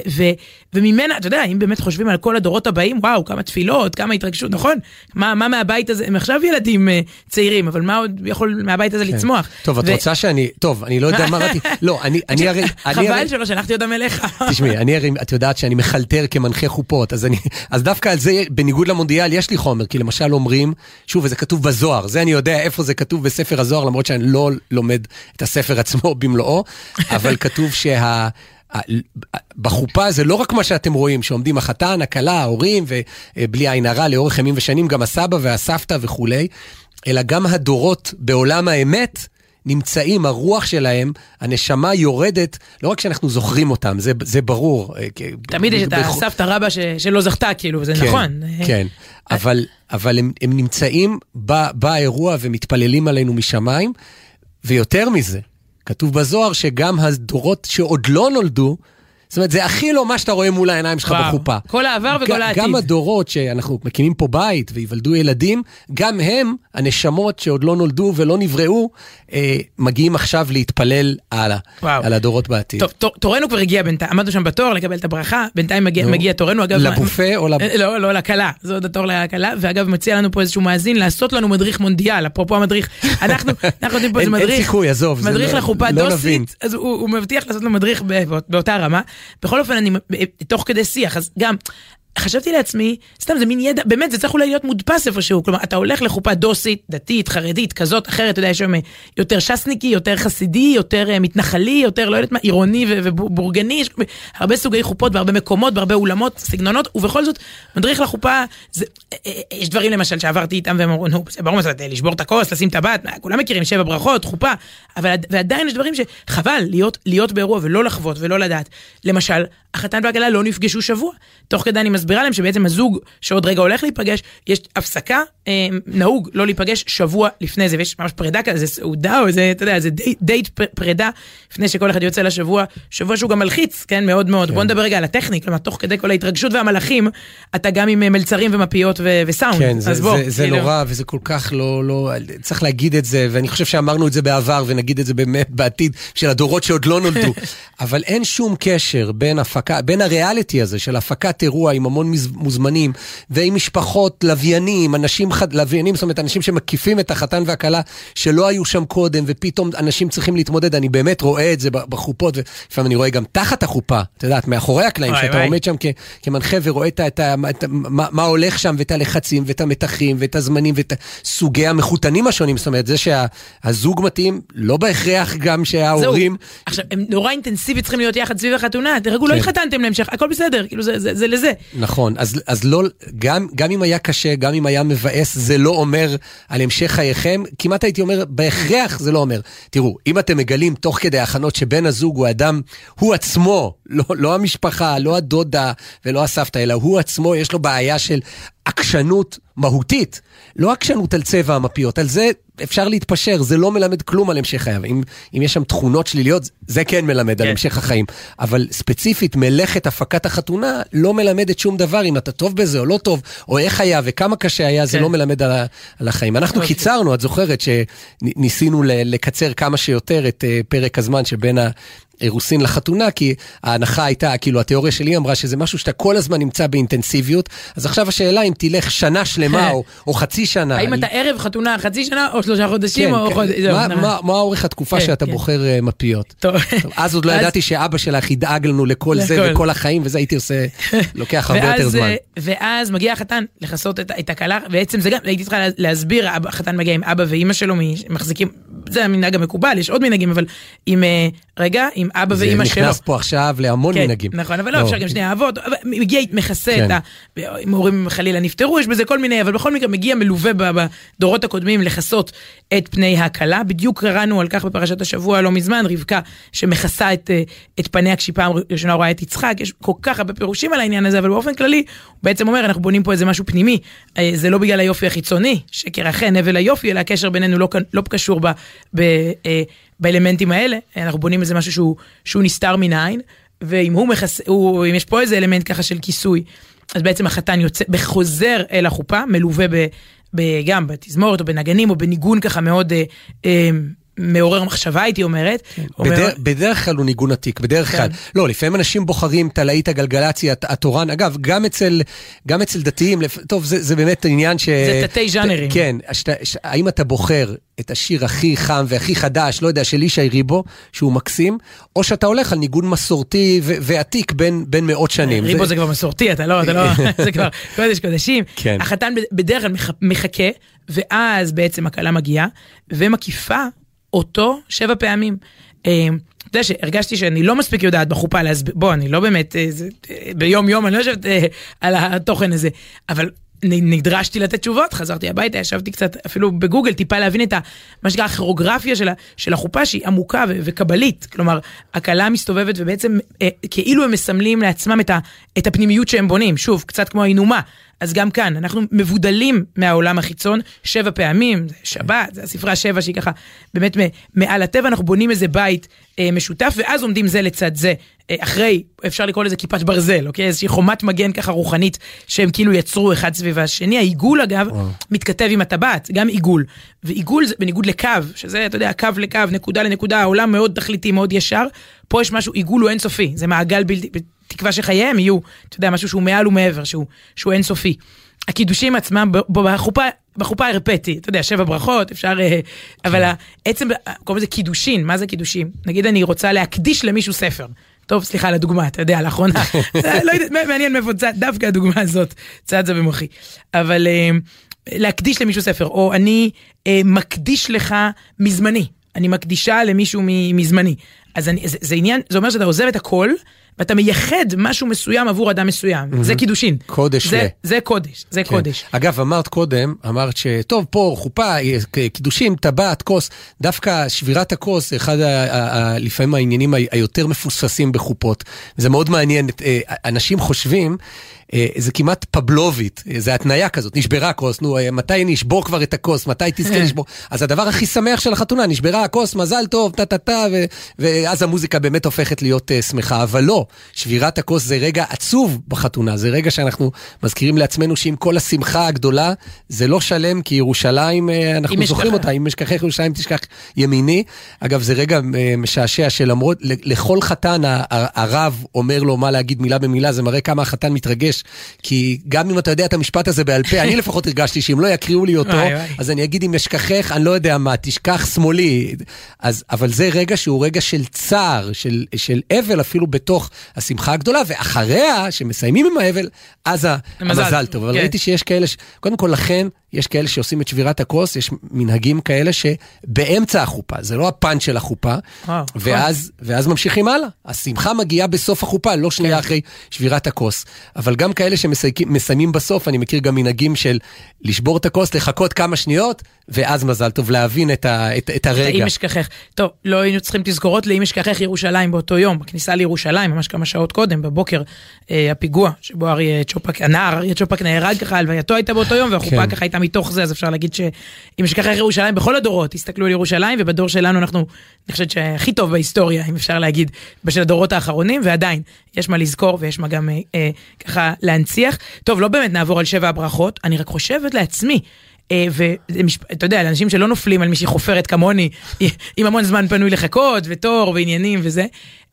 וממנה, אתה יודע, אם באמת חושבים על כל הדורות הבאים, וואו, כמה תפילות, כמה התרגשות, נכון? מה מהבית הזה, הם עכשיו ילדים צעירים, אבל מה עוד יכול מהבית הזה לצמוח? טוב, את רוצה טוב, אני לא יודע מה ראיתי, לא, אני הרי... חבל שלא שלחתי אותם אליך. תשמעי, את יודעת שאני מחלטר כמנחה חופות, אז דווקא על זה, בניגוד למונדיאל, יש לי חומר, כי למשל אומרים, שוב, וזה כתוב בזוהר, זה אני יודע איפה זה כתוב בספר הזוהר, למרות שאני לא לומד את הספר עצמו במלואו, אבל כתוב בחופה זה לא רק מה שאתם רואים, שעומדים החתן, הכלה, ההורים, ובלי עין הרע לאורך ימים ושנים, גם הסבא והסבתא וכולי, אלא גם הדורות בעולם האמת נמצאים, הרוח שלהם, הנשמה יורדת, לא רק שאנחנו זוכרים אותם, זה ברור. תמיד יש את הסבתא רבא שלא זכתה, כאילו, זה נכון. כן, אבל הם נמצאים באירוע ומתפללים עלינו משמיים, ויותר מזה, כתוב בזוהר שגם הדורות שעוד לא נולדו, זאת אומרת, זה הכי לא מה שאתה רואה מול העיניים שלך בחופה. כל העבר וכל העתיד. גם הדורות שאנחנו מקימים פה בית ויוולדו ילדים, גם הם, הנשמות שעוד לא נולדו ולא נבראו, מגיעים עכשיו להתפלל על הדורות בעתיד. טוב, תורנו כבר הגיע בינתיים, עמדנו שם בתור לקבל את הברכה, בינתיים מגיע תורנו, אגב... לבופה או לא, לקלה, זה עוד התור לקלה, ואגב מציע לנו פה איזשהו מאזין לעשות לנו מדריך מונדיאל, אפרופו המדריך, אנחנו נותנים פה איזה מדריך, אין סיכוי, עזוב, מדריך לחופה דוסית, אז הוא מבטיח לעשות לנו מדריך באותה רמה. בכל אופן, אני תוך כדי שיח, אז גם חשבתי לעצמי, סתם זה מין ידע, באמת זה צריך אולי להיות מודפס איפשהו, כלומר, אתה הולך לחופה דוסית, דתית, חרדית, כזאת, אחרת, אתה יודע, יש שם יותר שסניקי, יותר חסידי, יותר מתנחלי, יותר, לא יודעת מה, עירוני ובורגני, יש הרבה סוגי חופות, בהרבה מקומות, בהרבה אולמות, סגנונות, ובכל זאת, מדריך לחופה, יש דברים למשל שעברתי איתם, והם אמרו, נו, זה ברור, לשבור את הכוס, לשים טבעת, כולם מכירים 7 ברכות, חופה, ועדיין יש דברים שחבל להיות באירוע ולא לחוות ולא לדעת. למשל, החתן והכלה לא נפגשו שבוע. תוך כדי אני מסבירה להם שבעצם הזוג שעוד רגע הולך להיפגש, יש הפסקה, נהוג לא להיפגש שבוע לפני זה, ויש ממש פרידה כזה, זה סעודה, או זה, אתה יודע, זה דייט פרידה, לפני שכל אחד יוצא לשבוע, שבוע שהוא גם מלחיץ, כן, מאוד מאוד. בוא נדבר רגע על הטכניק, כלומר, תוך כדי כל ההתרגשות והמלאכים, אתה גם עם מלצרים ומפיות וסאונד. כן, זה נורא, וזה כל כך לא, צריך להגיד את זה, ואני חושב שאמרנו את זה בעבר, ונגיד את זה באמת בעתיד, של הדורות שעוד לא נולדו. אבל אין שום קשר בין הריאליטי הזה של הפקת אירוע עם המון מוזמנים, ועם משפחות לוויינים, לוויינים, זאת אומרת, אנשים שמקיפים את החתן והכלה, שלא היו שם קודם, ופתאום אנשים צריכים להתמודד, אני באמת רואה את זה בחופות, ולפעמים אני רואה גם תחת החופה, אתה יודעת, מאחורי הקלעים, שאתה עומד שם כמנחה ורואה מה הולך שם, ואת הלחצים, ואת המתחים, ואת הזמנים, ואת סוגי המחותנים השונים, זאת אומרת, זה שהזוג מתאים, לא בהכרח גם שההורים... עכשיו, הם נורא אינטנסיבית צריכים להיות יחד סביב החתונה, תרגעו, לא התחתנתם להמשך, הכל בסדר, כאילו זה לזה. נכון, אז לא, גם אם היה קשה, גם אם היה מבאס, זה לא אומר על המשך חייכם, כמעט הייתי אומר, בהכרח זה לא אומר. תראו, אם אתם מגלים תוך כדי הכנות שבן הזוג הוא אדם, הוא עצמו, לא המשפחה, לא הדודה ולא הסבתא, אלא הוא עצמו, יש לו בעיה של עקשנות מהותית, לא עקשנות על צבע המפיות, על זה אפשר להתפשר, זה לא מלמד כלום על המשך חייו. אם יש שם תכונות שליליות, זה כן מלמד על המשך החיים. אבל ספציפית, מלאכת הפקת החתונה לא מלמדת שום דבר, אם אתה טוב בזה או לא טוב, או איך היה וכמה קשה היה, זה לא מלמד על החיים. אנחנו קיצרנו, את זוכרת שניסינו לקצר כמה שיותר את פרק הזמן שבין אירוסין לחתונה, כי ההנחה הייתה, כאילו התיאוריה שלי אמרה שזה משהו שאתה כל הזמן נמצא באינטנסיביות, אז עכשיו השאלה אם תלך שנה שלמה או חצי שנה. האם אתה ערב חתונה חצי שנה או 3 חודשים או חודש? מה אורך התקופה שאתה בוחר מפיות? אז עוד לא ידעתי שאבא שלך ידאג לנו לכל זה וכל החיים, וזה הייתי עושה, לוקח הרבה יותר זמן. ואז מגיע החתן לחסות את הכלה, בעצם זה גם, הייתי צריכה להסביר, החתן מגיע עם אבא ואמא שלו, מחזיקים, זה המנהג המקובל, יש עוד מנהגים, אבל עם אבא ואמא שלו. זה נכנס פה עכשיו להמון מנהגים. נכון, אבל לא אפשר גם שני אבות, מגיע מכסה את אם ההורים חלילה נפטרו, יש בזה כל מיני, אבל בכל מקרה מגיע מלווה בדורות הקודמים לחסות את פני הכלה. בדיוק קראנו על כך בפרשת השבוע לא מזמן, רבקה שמכסה את פניה כשהיא פעם ראשונה רואה את יצחק. יש כל כך הרבה פירושים על העניין הזה, אבל באופן כללי הוא בעצם אומר, אנחנו בונים פה איזה משהו פנימי, זה לא בגלל היופי החיצוני, שכרחן הבל היופי, אלא הקשר בינינו לא קשור באלמנטים האלה. אנחנו בונים איזה משהו שהוא נסתר מן העין, ואם אם יש פה איזה אלמנט ככה של כיסוי, אז בעצם החתן יוצא בחוזר אל החופה, מלווה גם בתזמורת או בנגנים או בניגון ככה מאוד מעורר מחשבה, הייתי אומרת. בדרך כלל הוא ניגון עתיק, בדרך כלל. לא, לפעמים אנשים בוחרים תלאית הגלגלציה, התורן, אגב, גם אצל דתיים, טוב, זה באמת עניין זה תתי ז'אנרים. כן, האם אתה בוחר את השיר הכי חם והכי חדש, לא יודע, של ישי ריבו, שהוא מקסים, או שאתה הולך על ניגון מסורתי ועתיק בין מאות שנים. ריבו זה כבר מסורתי, אתה לא, זה כבר קודשים. החתן בדרך כלל מחכה, ואז בעצם הכלה מגיעה, ומקיפה אותו 7 פעמים. אתה יודע שהרגשתי שאני לא מספיק יודעת בחופה להסביר, אני לא באמת, ביום אני לא יושבת על התוכן הזה, אבל נדרשתי לתת תשובות, חזרתי הביתה, ישבתי קצת אפילו בגוגל, טיפה להבין את מה שנקרא הכירוגרפיה של החופה, שהיא עמוקה וקבלית, כלומר, הכלה מסתובבת ובעצם כאילו הם מסמלים לעצמם את הפנימיות שהם בונים, שוב, קצת כמו האינומה, אז גם כאן, אנחנו מבודלים מהעולם החיצון 7 פעמים, זה שבת, זה הספרה 7 שהיא ככה באמת מעל הטבע, אנחנו בונים איזה בית משותף, ואז עומדים זה לצד זה, אחרי, אפשר לקרוא לזה כיפת ברזל, אוקיי? איזושהי חומת מגן ככה רוחנית, שהם כאילו יצרו אחד סביב השני. העיגול אגב, מתכתב עם הטבעת, גם עיגול. ועיגול זה בניגוד לקו, שזה, אתה יודע, קו לקו, נקודה לנקודה, העולם מאוד תכליתי, מאוד ישר. פה יש משהו, עיגול הוא אינסופי, זה מעגל בלתי, בתקווה שחייהם יהיו, אתה יודע, משהו שהוא מעל ומעבר, שהוא אינסופי. הקידושים עצמם, בחופה הרפאתי, אתה יודע, 7 ברכות, אפשר, אבל עצם, קוראים לזה קידושין, מה זה קידושים? נגיד אני רוצה להקדיש למישהו ספר. טוב, סליחה על הדוגמה, אתה יודע, לאחרונה, לא יודעת, מעניין מאיפה דווקא הדוגמה הזאת, צעד זה במוחי. אבל להקדיש למישהו ספר, או אני מקדיש לך מזמני, אני מקדישה למישהו מזמני. אז זה עניין, זה אומר שאתה עוזב את הכל, ואתה מייחד משהו מסוים עבור אדם מסוים. זה קידושין. קודש. זה קודש, זה קודש. אגב, אמרת שטוב, פה חופה, קידושים, טבעת, כוס, דווקא שבירת הכוס, אחד לפעמים העניינים היותר מפוספסים בחופות. זה מאוד מעניין. אנשים חושבים, זה כמעט פבלובית, זה התניה כזאת, נשברה הכוס, מתי נשבור כבר את הכוס, מתי תזכה לשבור, אז הדבר הכי שמח של החתונה, נשברה הכוס, מזל טוב, ואז המוזיקה באמת הופכת להיות שמחה, אבל לא, שבירת הכוס זה רגע עצוב בחתונה, זה רגע שאנחנו מזכירים לעצמנו שעם כל השמחה הגדולה, זה לא שלם, כי ירושלים, אנחנו זוכרים אותה, אם אשכחך ירושלים תשכח ימיני. אגב, זה רגע משעשע שלמרות, לכל חתן הרב אומר לו מה להגיד מילה במילה, זה מראה כמה החתן מתרגש, כי גם אם אתה יודע את המשפט הזה בעל פה, אני לפחות הרגשתי שאם לא יקריאו לי אותו, אז אני אגיד אם אשכחך, אני לא יודע מה, תשכח שמאלי. אבל זה רגע שהוא רגע של צער, של אבל אפילו בתוך השמחה הגדולה, ואחריה, שמסיימים עם האבל, אז המזל טוב. אבל ראיתי שיש כאלה, קודם כל לכן, יש כאלה שעושים את שבירת הכוס, יש מנהגים כאלה שבאמצע החופה, זה לא הפן של החופה, ואז ממשיכים הלאה. השמחה מגיעה בסוף החופה, לא שנייה אחרי שבירת הכוס. אבל גם כאלה שמסיימים בסוף, אני מכיר גם מנהגים של לשבור את הכוס, לחכות כמה שניות, ואז מזל טוב להבין את הרגע. אם אשכחך. טוב, לא היינו צריכים תזכורות לאם אשכחך ירושלים באותו יום, בכניסה לירושלים, ממש כמה שעות קודם, בבוקר, הפיגוע, שבו הנער אריה צ'ופק נהרג ככה, הלווייתו הייתה באותו יום, והחופה ככה הייתה מתוך זה, אז אפשר להגיד שאם אשכחך ירושלים בכל הדורות, תסתכלו על ירושלים, ובדור שלנו אני חושבת שהכי טוב בהיסטוריה, אם אפשר להגיד, בשל הדורות האחרונים, ועדיין יש מה לזכור ויש מה גם ככה להנציח. טוב, לא באמת נעבור על 7 הברכות, אני רק חושבת לעצמי, ואתה יודע, לאנשים שלא נופלים על מישהי חופרת כמוני, עם המון זמן פנוי לחכות, ותור ועניינים וזה,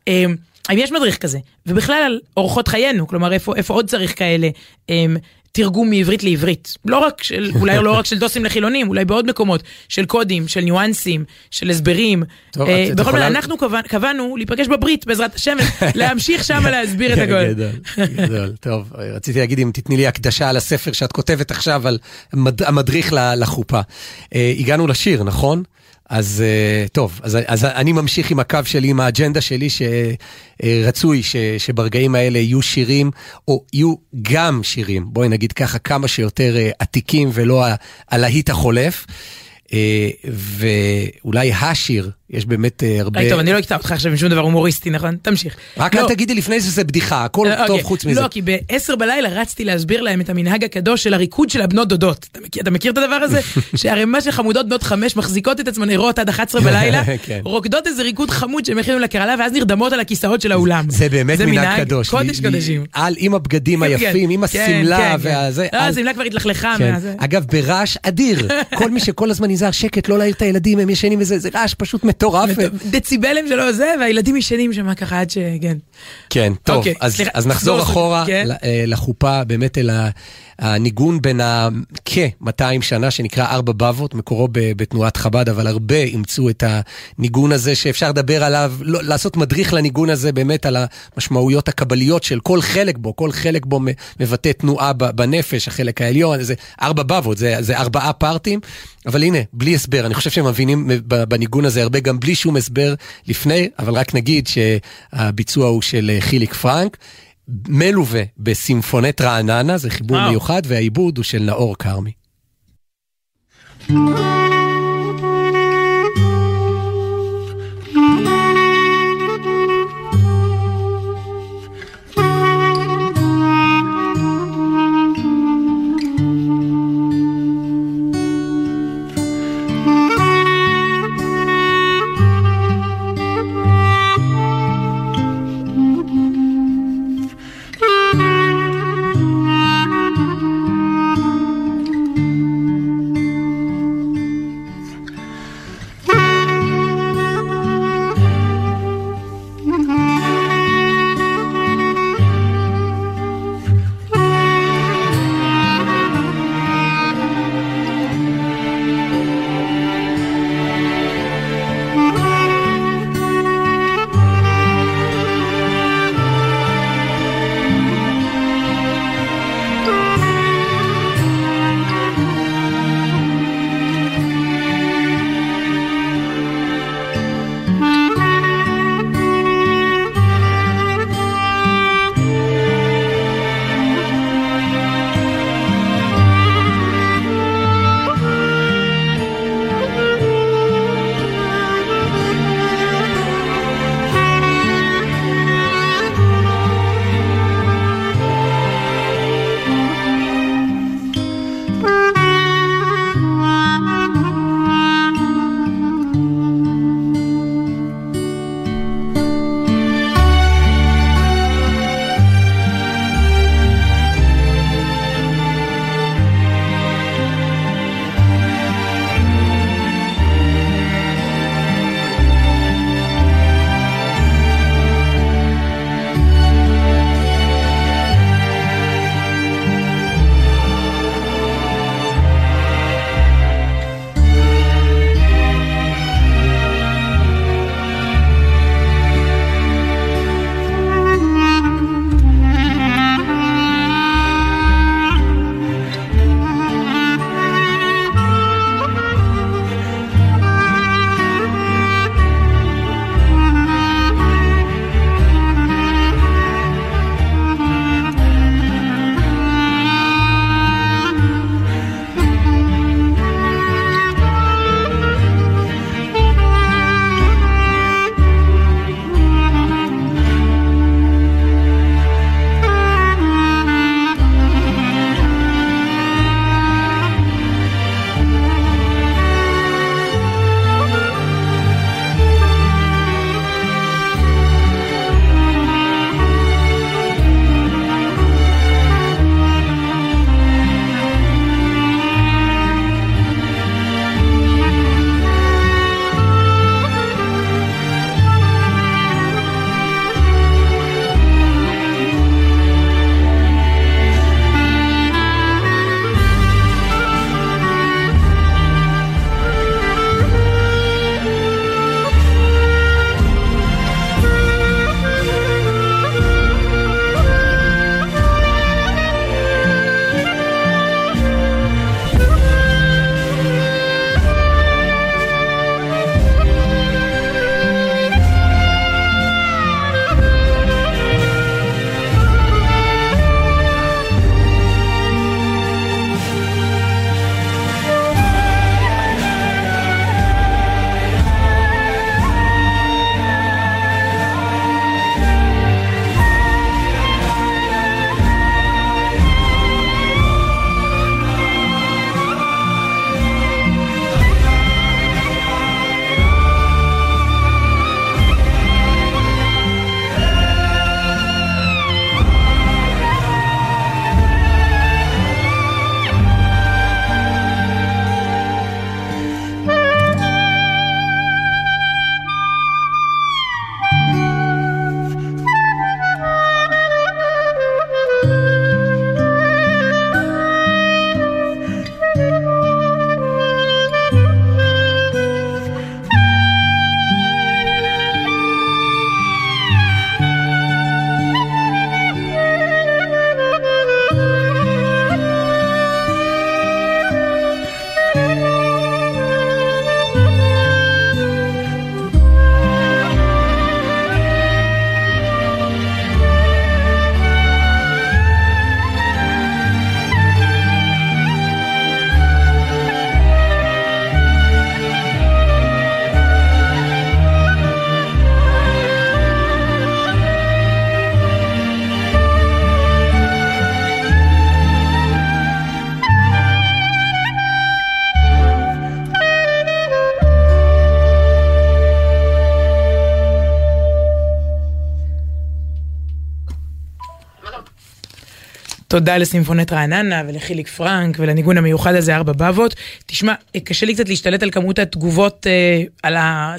האם יש מדריך כזה? ובכלל על אורחות חיינו, כלומר איפה עוד צריך כאלה תרגום מעברית לעברית, אולי לא רק של דוסים לחילונים, אולי בעוד מקומות, של קודים, של ניואנסים, של הסברים. בכל מיני, אנחנו קבענו להיפגש בברית בעזרת השם, להמשיך שם להסביר את הכל. גדול, טוב, רציתי להגיד אם תתני לי הקדשה על הספר שאת כותבת עכשיו, על המדריך לחופה. הגענו לשיר, נכון? אז טוב, אז אני ממשיך עם הקו שלי, עם האג'נדה שלי, שרצוי שברגעים האלה יהיו שירים, או יהיו גם שירים, בואי נגיד ככה, כמה שיותר עתיקים ולא הלהיט החולף, ואולי השיר, יש באמת הרבה... טוב, אני לא אקטע אותך עכשיו משום דבר הומוריסטי, נכון? תמשיך. רק אל תגידי לפני זה בדיחה, הכל טוב חוץ מזה. לא, כי ב-10 בלילה רצתי להסביר להם את המנהג הקדוש של הריקוד של הבנות דודות. אתה מכיר את הדבר הזה? שהרמה של חמודות בנות 5 מחזיקות את עצמן ערות עד 11 בלילה, רוקדות איזה ריקוד חמוד שהם הכינו לקרלה, ואז נרדמות על הכיסאות של האולם. זה באמת מנהג קדוש. קודש קודשים. עם הבגדים היפים, עם הסמלה והזה. הסמלה כבר התלכלכה. אגב, ברעש אדיר. כל מי שכל הזמן נזהר שקט, לא להעיר את הילדים, הם ישנים וזה, זה רעש פשוט מטורף. דציבלים שלו זה, והילדים ישנים שם ככה עד שכן. כן, טוב, אז נחזור אחורה לחופה, באמת אל הניגון בין כ-200 שנה שנקרא 4 בבות, מקורו בתנועת חב"ד, אבל הרבה אימצו את הניגון הזה שאפשר לדבר עליו, לעשות מדריך לניגון הזה באמת על המשמעויות הקבליות של כל חלק בו, כל חלק בו מבטא תנועה בנפש, החלק העליון, זה 4 בבות, זה 4 פרטים, אבל הנה, בלי הסבר, אני חושב שהם מבינים בניגון הזה הרבה, גם בלי שום הסבר לפני, אבל רק נגיד שהביצוע הוא של חיליק פרנק, מלווה בסימפונט רעננה, זה חיבור מיוחד, והעיבוד הוא של נאור קרמי. תודה לסימפונט רעננה ולחיליק פרנק ולניגון המיוחד הזה 4 בבות. תשמע, קשה לי קצת להשתלט על כמות התגובות על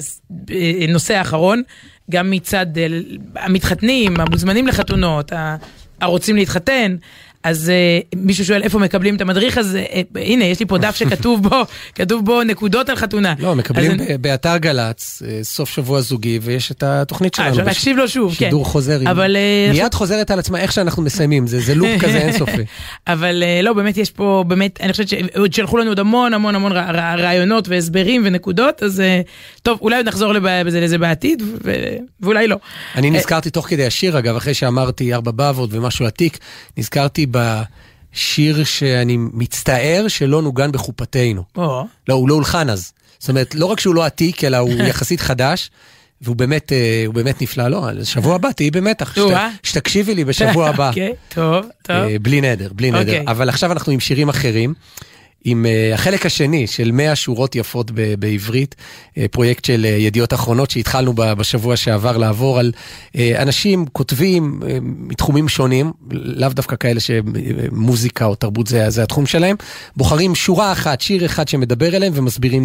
הנושא האחרון, גם מצד המתחתנים, המוזמנים לחתונות, הרוצים להתחתן. אז מישהו שואל איפה מקבלים את המדריך הזה, הנה יש לי פה דף כתוב בו נקודות על חתונה. לא, מקבלים באתר גלץ, סוף שבוע זוגי, ויש את התוכנית שלנו. אפשר להקשיב לו שוב, כן. שידור חוזר, מיד חוזרת על עצמה איך שאנחנו מסיימים, זה לופ כזה אינסופי. אבל לא, באמת יש פה, באמת, אני חושבת שלחו לנו עוד המון רעיונות והסברים ונקודות, אז טוב, אולי עוד נחזור לזה בעתיד, ואולי לא. אני נזכרתי תוך כדי השיר, אגב, אחרי שאמרתי 4 בבות ומשהו עתיק, נזכרתי בשיר שאני מצטער שלא נוגן בחופתנו. לא, הוא לא הולחן אז. זאת אומרת, לא רק שהוא לא עתיק, אלא הוא יחסית חדש, והוא באמת נפלא. לא, שבוע הבא, תהי במתח. שתקשיבי לי בשבוע הבא. טוב. בלי נדר. אבל עכשיו אנחנו עם שירים אחרים. עם החלק השני של 100 שורות יפות בעברית, פרויקט של ידיעות אחרונות שהתחלנו בשבוע שעבר לעבור על אנשים כותבים מתחומים שונים, לאו דווקא כאלה שמוזיקה או תרבות זה התחום שלהם, בוחרים שורה אחת, שיר אחד שמדבר אליהם ומסבירים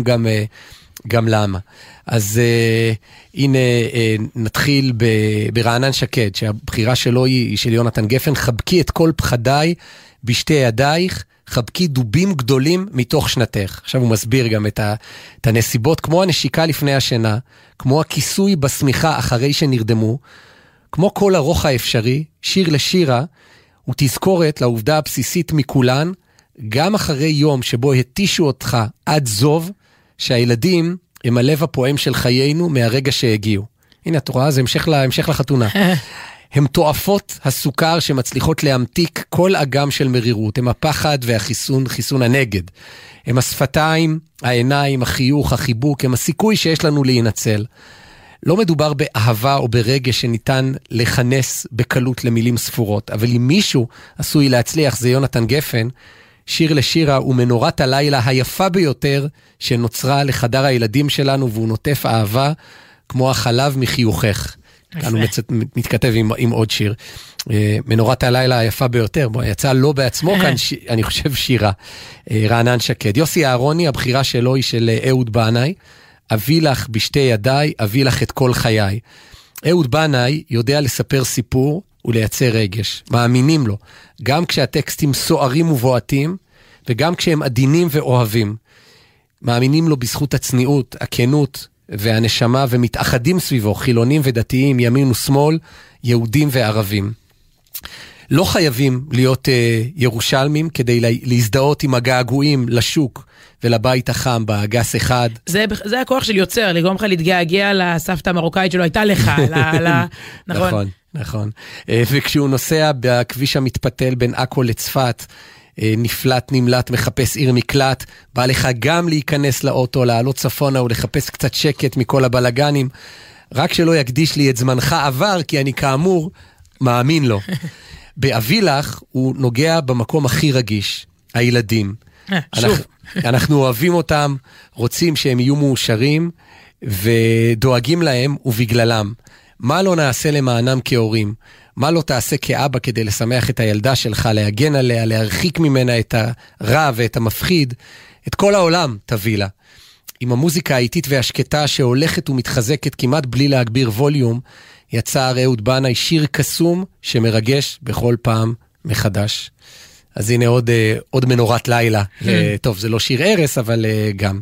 גם למה. אז הנה נתחיל ברענן שקד, שהבחירה שלו היא של יונתן גפן, חבקי את כל פחדיי בשתי ידייך, חבקי דובים גדולים מתוך שנתך. עכשיו הוא מסביר גם את הנסיבות, כמו הנשיקה לפני השינה, כמו הכיסוי בסמיכה אחרי שנרדמו, כמו כל הרוח האפשרי, שיר לשירה, ותזכורת לעובדה הבסיסית מכולן, גם אחרי יום שבו התישו אותך עד זוב, שהילדים הם הלב הפועם של חיינו מהרגע שהגיעו. הנה, את רואה, זה המשך לחתונה. הם תועפות הסוכר שמצליחות להמתיק כל אגם של מרירות. הם הפחד והחיסון, חיסון הנגד. הם השפתיים, העיניים, החיוך, החיבוק, הם הסיכוי שיש לנו להינצל. לא מדובר באהבה או ברגש שניתן לכנס בקלות למילים ספורות, אבל אם מישהו עשוי להצליח, זה יונתן גפן, שיר לשירה הוא מנורת הלילה היפה ביותר שנוצרה לחדר הילדים שלנו, והוא נוטף אהבה כמו החלב מחיוכך. כאן הוא מתכתב עם עוד שיר. מנורת הלילה היפה ביותר, בוא, יצא לא בעצמו כאן, אני חושב שירה. רענן שקד. יוסי אהרוני, הבחירה שלו היא של אהוד בנאי, אביא לך בשתי ידיי, אביא לך את כל חיי. אהוד בנאי יודע לספר סיפור ולייצר רגש. מאמינים לו, גם כשהטקסטים סוערים ובועטים, וגם כשהם עדינים ואוהבים. מאמינים לו בזכות הצניעות, הכנות והנשמה, ומתאחדים סביבו, חילונים ודתיים, ימין ושמאל, יהודים וערבים. לא חייבים להיות ירושלמים כדי להזדהות עם הגעגועים לשוק ולבית החם באגס אחד. זה הכוח של יוצר, לגרום לך להתגעגע לסבתא המרוקאית שלו, הייתה לך, נכון. נכון. וכשהוא נוסע בכביש המתפתל בין עכו לצפת, נפלט, נמלט, מחפש עיר מקלט, בא לך גם להיכנס לאוטו, לעלות צפונה ולחפש קצת שקט מכל הבלגנים, רק שלא יקדיש לי את זמנך עבר, כי אני כאמור מאמין לו. באבי לך הוא נוגע במקום הכי רגיש, הילדים. אנחנו אוהבים אותם, רוצים שהם יהיו מאושרים, ודואגים להם ובגללם. מה לא נעשה למענם כהורים? מה לא תעשה כאבא כדי לשמח את הילדה שלך, להגן עליה, להרחיק ממנה את הרע ואת המפחיד? את כל העולם תביא לה. עם המוזיקה האיטית והשקטה שהולכת ומתחזקת כמעט בלי להגביר ווליום, יצר אהוד בנאי שיר קסום שמרגש בכל פעם מחדש. אז הנה עוד מנורת לילה. טוב, זה לא שיר ערס, אבל גם.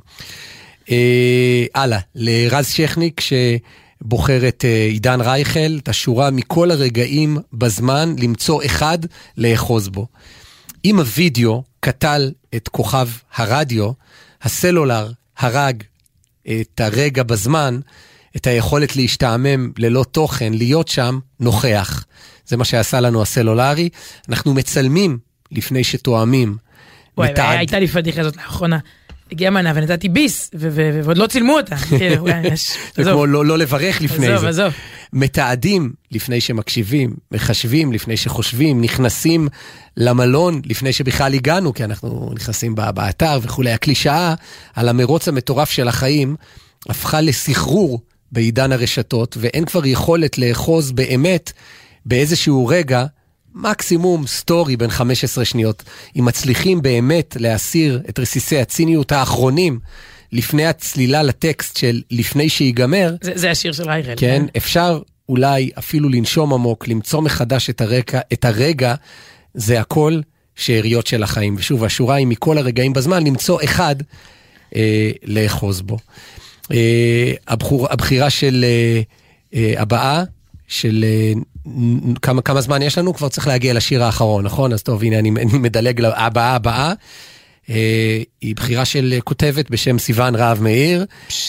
הלאה, לרז שכניק שבוחר את עידן רייכל, את השורה מכל הרגעים בזמן, למצוא אחד לאחוז בו. אם הווידאו קטל את כוכב הרדיו, הסלולר הרג את הרגע בזמן, את היכולת להשתעמם ללא תוכן, להיות שם נוכח. זה מה שעשה לנו הסלולרי. אנחנו מצלמים לפני שתואמים. וואי, הייתה לי פדיחה הזאת לאחרונה. הגיעה מנה ונתתי ביס, ועוד לא צילמו אותה. זה כמו לא לברך לפני זה. עזוב. מתעדים לפני שמקשיבים, מחשבים לפני שחושבים, נכנסים למלון לפני שבכלל הגענו, כי אנחנו נכנסים באתר וכו'. הקלישאה על המרוץ המטורף של החיים, הפכה לסחרור בעידן הרשתות, ואין כבר יכולת לאחוז באמת באיזשהו רגע מקסימום סטורי בין 15 שניות. אם מצליחים באמת להסיר את רסיסי הציניות האחרונים, לפני הצלילה לטקסט של לפני שיגמר. זה השיר של רייכל. כן, אפשר אולי אפילו לנשום עמוק, למצוא מחדש את הרגע, זה הכל שאריות של החיים. ושוב, השורה היא מכל הרגעים בזמן, למצוא אחד לאחוז בו. הבחירה של הבאה, של כמה זמן יש לנו, כבר צריך להגיע לשיר האחרון, נכון? אז טוב, הנה אני מדלג הבאה. היא בחירה של כותבת בשם סיוון רהב מאיר,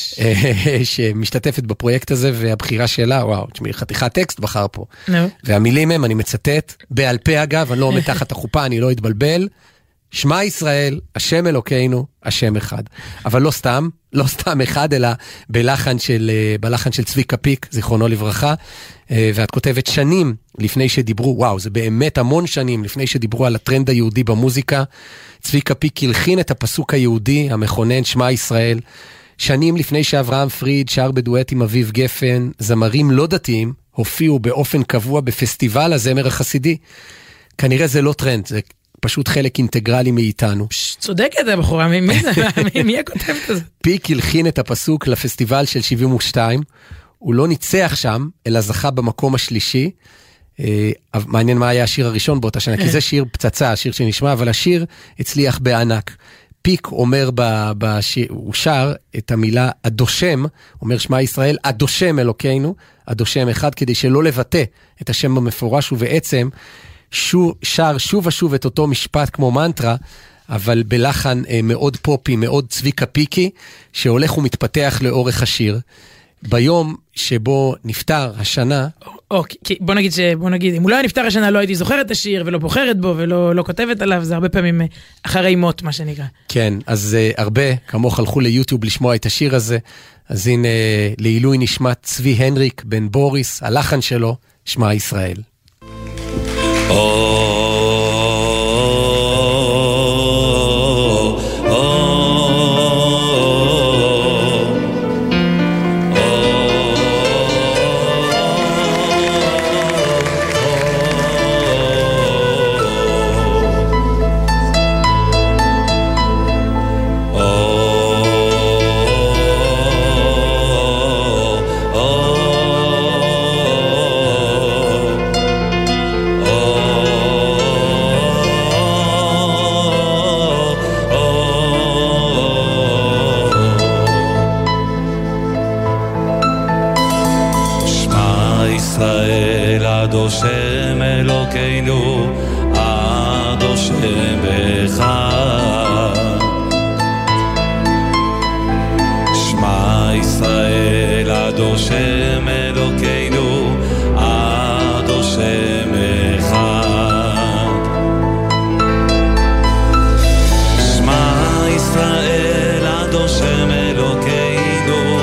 שמשתתפת בפרויקט הזה, והבחירה שלה, וואו, תשמעי, חתיכת טקסט בחר פה. והמילים הם, אני מצטט, בעל פה אגב, אני לא עומד תחת החופה, אני לא אתבלבל, שמע ישראל, השם אלוקינו, השם אחד. אבל לא סתם אחד, אלא בלחן של צביקה פיק, זיכרונו לברכה, ואת כותבת שנים לפני שדיברו, וואו, זה באמת המון שנים לפני שדיברו על הטרנד היהודי במוזיקה, צביקה פיק הלחין את הפסוק היהודי, המכונן, שמע ישראל, שנים לפני שאברהם פריד שר בדואט עם אביב גפן, זמרים לא דתיים הופיעו באופן קבוע בפסטיבל הזמר החסידי. כנראה זה לא טרנד, זה פשוט חלק אינטגרלי מאיתנו. צודקת הבחורה, מי הכותבת הזה? פיק הלחין את הפסוק לפסטיבל של 72, הוא לא ניצח שם, אלא זכה במקום השלישי, מעניין מה היה השיר הראשון באותה שנה, כי זה שיר פצצה, השיר שנשמע, אבל השיר הצליח בענק. פיק אומר בשיר, הוא שר את המילה אדושם, אומר שמע ישראל, אדושם אלוקינו, אדושם אחד, כדי שלא לבטא את השם המפורש, ובעצם שר שוב ושוב את אותו משפט כמו מנטרה, אבל בלחן מאוד פופי, מאוד צביקה פיקי, שהולך ומתפתח לאורך השיר. ביום שבו נפטר השנה... בוא נגיד, אם הוא לא היה נפטר השנה, לא הייתי זוכרת את השיר, ולא בוחרת בו, ולא כותבת עליו, זה הרבה פעמים אחרי מות, מה שנקרא. כן, אז הרבה, כמוך הלכו ליוטיוב לשמוע את השיר הזה, אז הנה, לעילוי נשמת צבי הנריק בן בוריס, הלחן שלו, שמע ישראל. אדושם אלוקינו, אדושם אחד. שמע ישראל, אדושם אלוקינו, אדושם אחד. שמע ישראל, אדושם אלוקינו,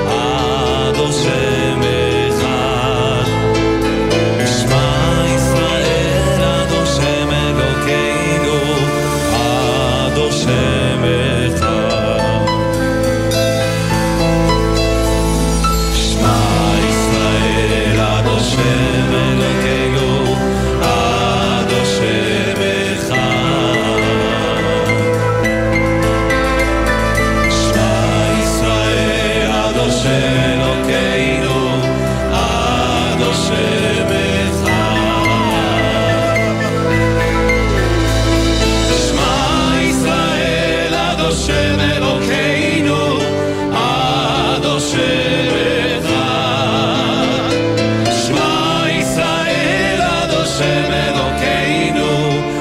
אדושם אחד. שמע ישראל, אדושם אלוקינו, אדושם אחד. שמע ישראל, אדושם אלוקינו, אדושם אחד. שמע ישראל, אדושם אלוקינו, אדושם אחד. שמע ישראל, אדושם אלוקינו, אדושם אחד. שמע ישראל, אדושם אלוקינו,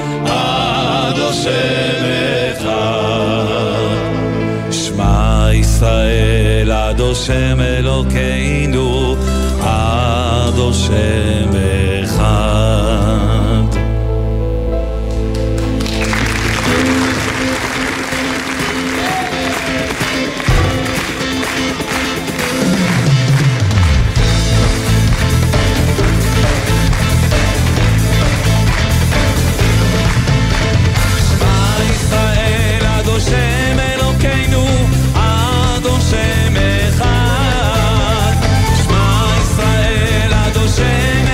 אדושם אחד. שמע ישראל, אדושם אלוקינו, אדושם אחד. שמע ישראל, אדושם אלוקינו, אדושם אחד. שמע ישראל, אדושם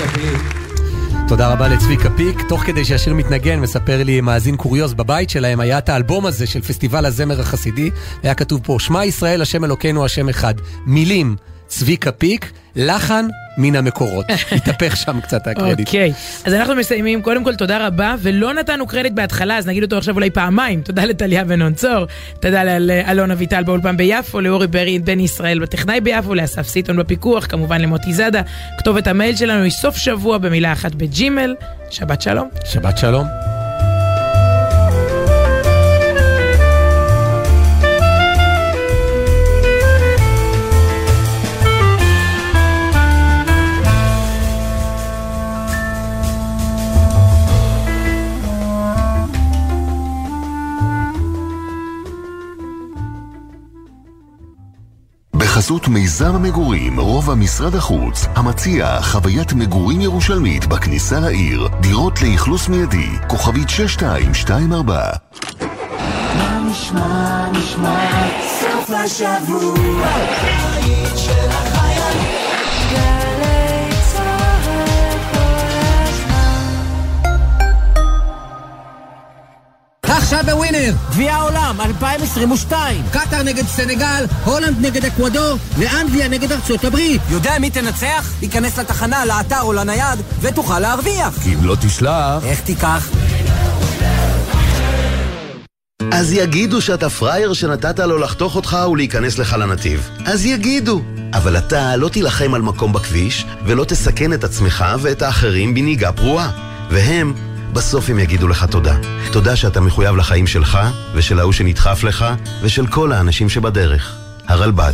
תודה רבה לצביקה פיק. תוך כדי שהשיר מתנגן, מספר לי מאזין קוריוז, בבית שלהם היה את האלבום הזה של פסטיבל הזמר החסידי, היה כתוב פה שמע ישראל השם אלוקינו השם אחד, מילים צביקה פיק, לחן מן המקורות. התהפך שם קצת הקרדיט. אוקיי, אז אנחנו מסיימים. קודם כל תודה רבה, ולא נתנו קרדיט בהתחלה, אז נגיד אותו עכשיו אולי פעמיים. תודה לטליה בן צור, תודה לאלון אביטל באולפן ביפו, לאורי בן ישראל בטכנאי ביפו, לאסף סיטון בפיקוח, כמובן למוטי זאדה. כתובת המייל שלנו היא סוף שבוע במילה אחת בג'ימל. שבת שלום. שבת שלום. בחסות מיזם המגורים, רובע משרד החוץ, המציע חוויית מגורים ירושלמית בכניסה לעיר, דירות לאכלוס מיידי, כוכבית 6224. מה נשמע, סוף השבוע, היית של החייל, גלי צהל כל הזמן. עכשיו בווינר, גביע העולם 2022, קטר נגד סנגל, הולנד נגד אקוודור, ואנגליה נגד ארצות הברית. יודע מי תנצח? תיכנס לתחנה, לאתר או לנייד, ותוכל להרוויח. כי אם לא תשלח, איך תיקח? אז יגידו שאתה פרייר שנתת לו לחתוך אותך ולהיכנס לך לנתיב. אז יגידו. אבל אתה לא תילחם על מקום בכביש, ולא תסכן את עצמך ואת האחרים בנהיגה פרועה. והם בסוף הם יגידו לך תודה. תודה שאתה מחויב לחיים שלך, ושל ההוא שנדחף לך, ושל כל האנשים שבדרך. הרלב"ד.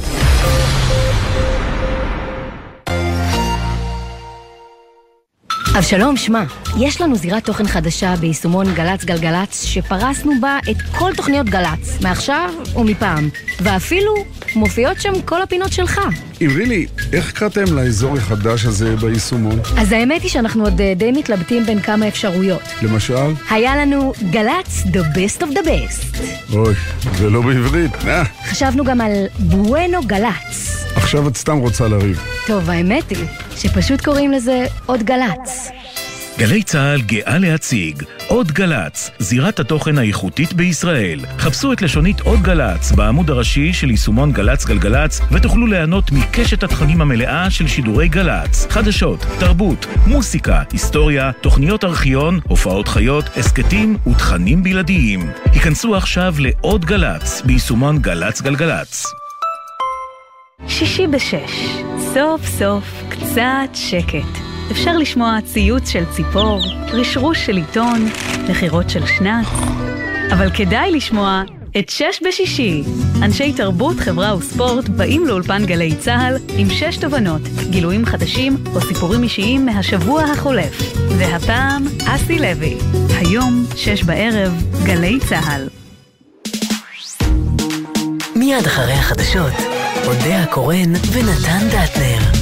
אבשלום, שמע, יש לנו זירת תוכן חדשה ביישומון גלץ גלגלץ, שפרסנו בה את כל תוכניות גלץ, מעכשיו ומפעם, ואפילו מופיעות שם כל הפינות שלך. אמרי לי, איך קראתם לאזור החדש הזה ביישומון? אז האמת היא שאנחנו עוד די מתלבטים בין כמה אפשרויות. למשל? היה לנו גלץ the best of the best. אוי, זה לא בעברית, חשבנו גם על בואנו גלץ. עכשיו את סתם רוצה לריב. טוב, האמת היא שפשוט קוראים לזה עוד גלץ. גלי צהל גאה להציג עוד גלץ, זירת התוכן האיכותית בישראל. חפשו את לשונית עוד גלץ בעמוד הראשי של יישומון גלץ גלגלץ, ותוכלו ליהנות מקשת התכנים המלאה של שידורי גלץ. חדשות, תרבות, מוסיקה, היסטוריה, תוכניות ארכיון, הופעות חיות, הסקטים ותכנים בלעדיים. היכנסו עכשיו לעוד גלץ ביישומון גלץ גלגלץ. 6:06, סוף סוף קצת שקט. אפשר לשמוע ציוץ של ציפור, רשרוש של עיתון, מחירות של שנץ. אבל כדאי לשמוע את 6:06. אנשי תרבות, חברה וספורט באים לאולפן גלי צהל עם 6 תובנות, גילויים חדשים או סיפורים אישיים מהשבוע החולף. והפעם אסי לוי. היום 6:00 גלי צהל. מיד אחרי החדשות, אודיה קורן ונתן דטנר.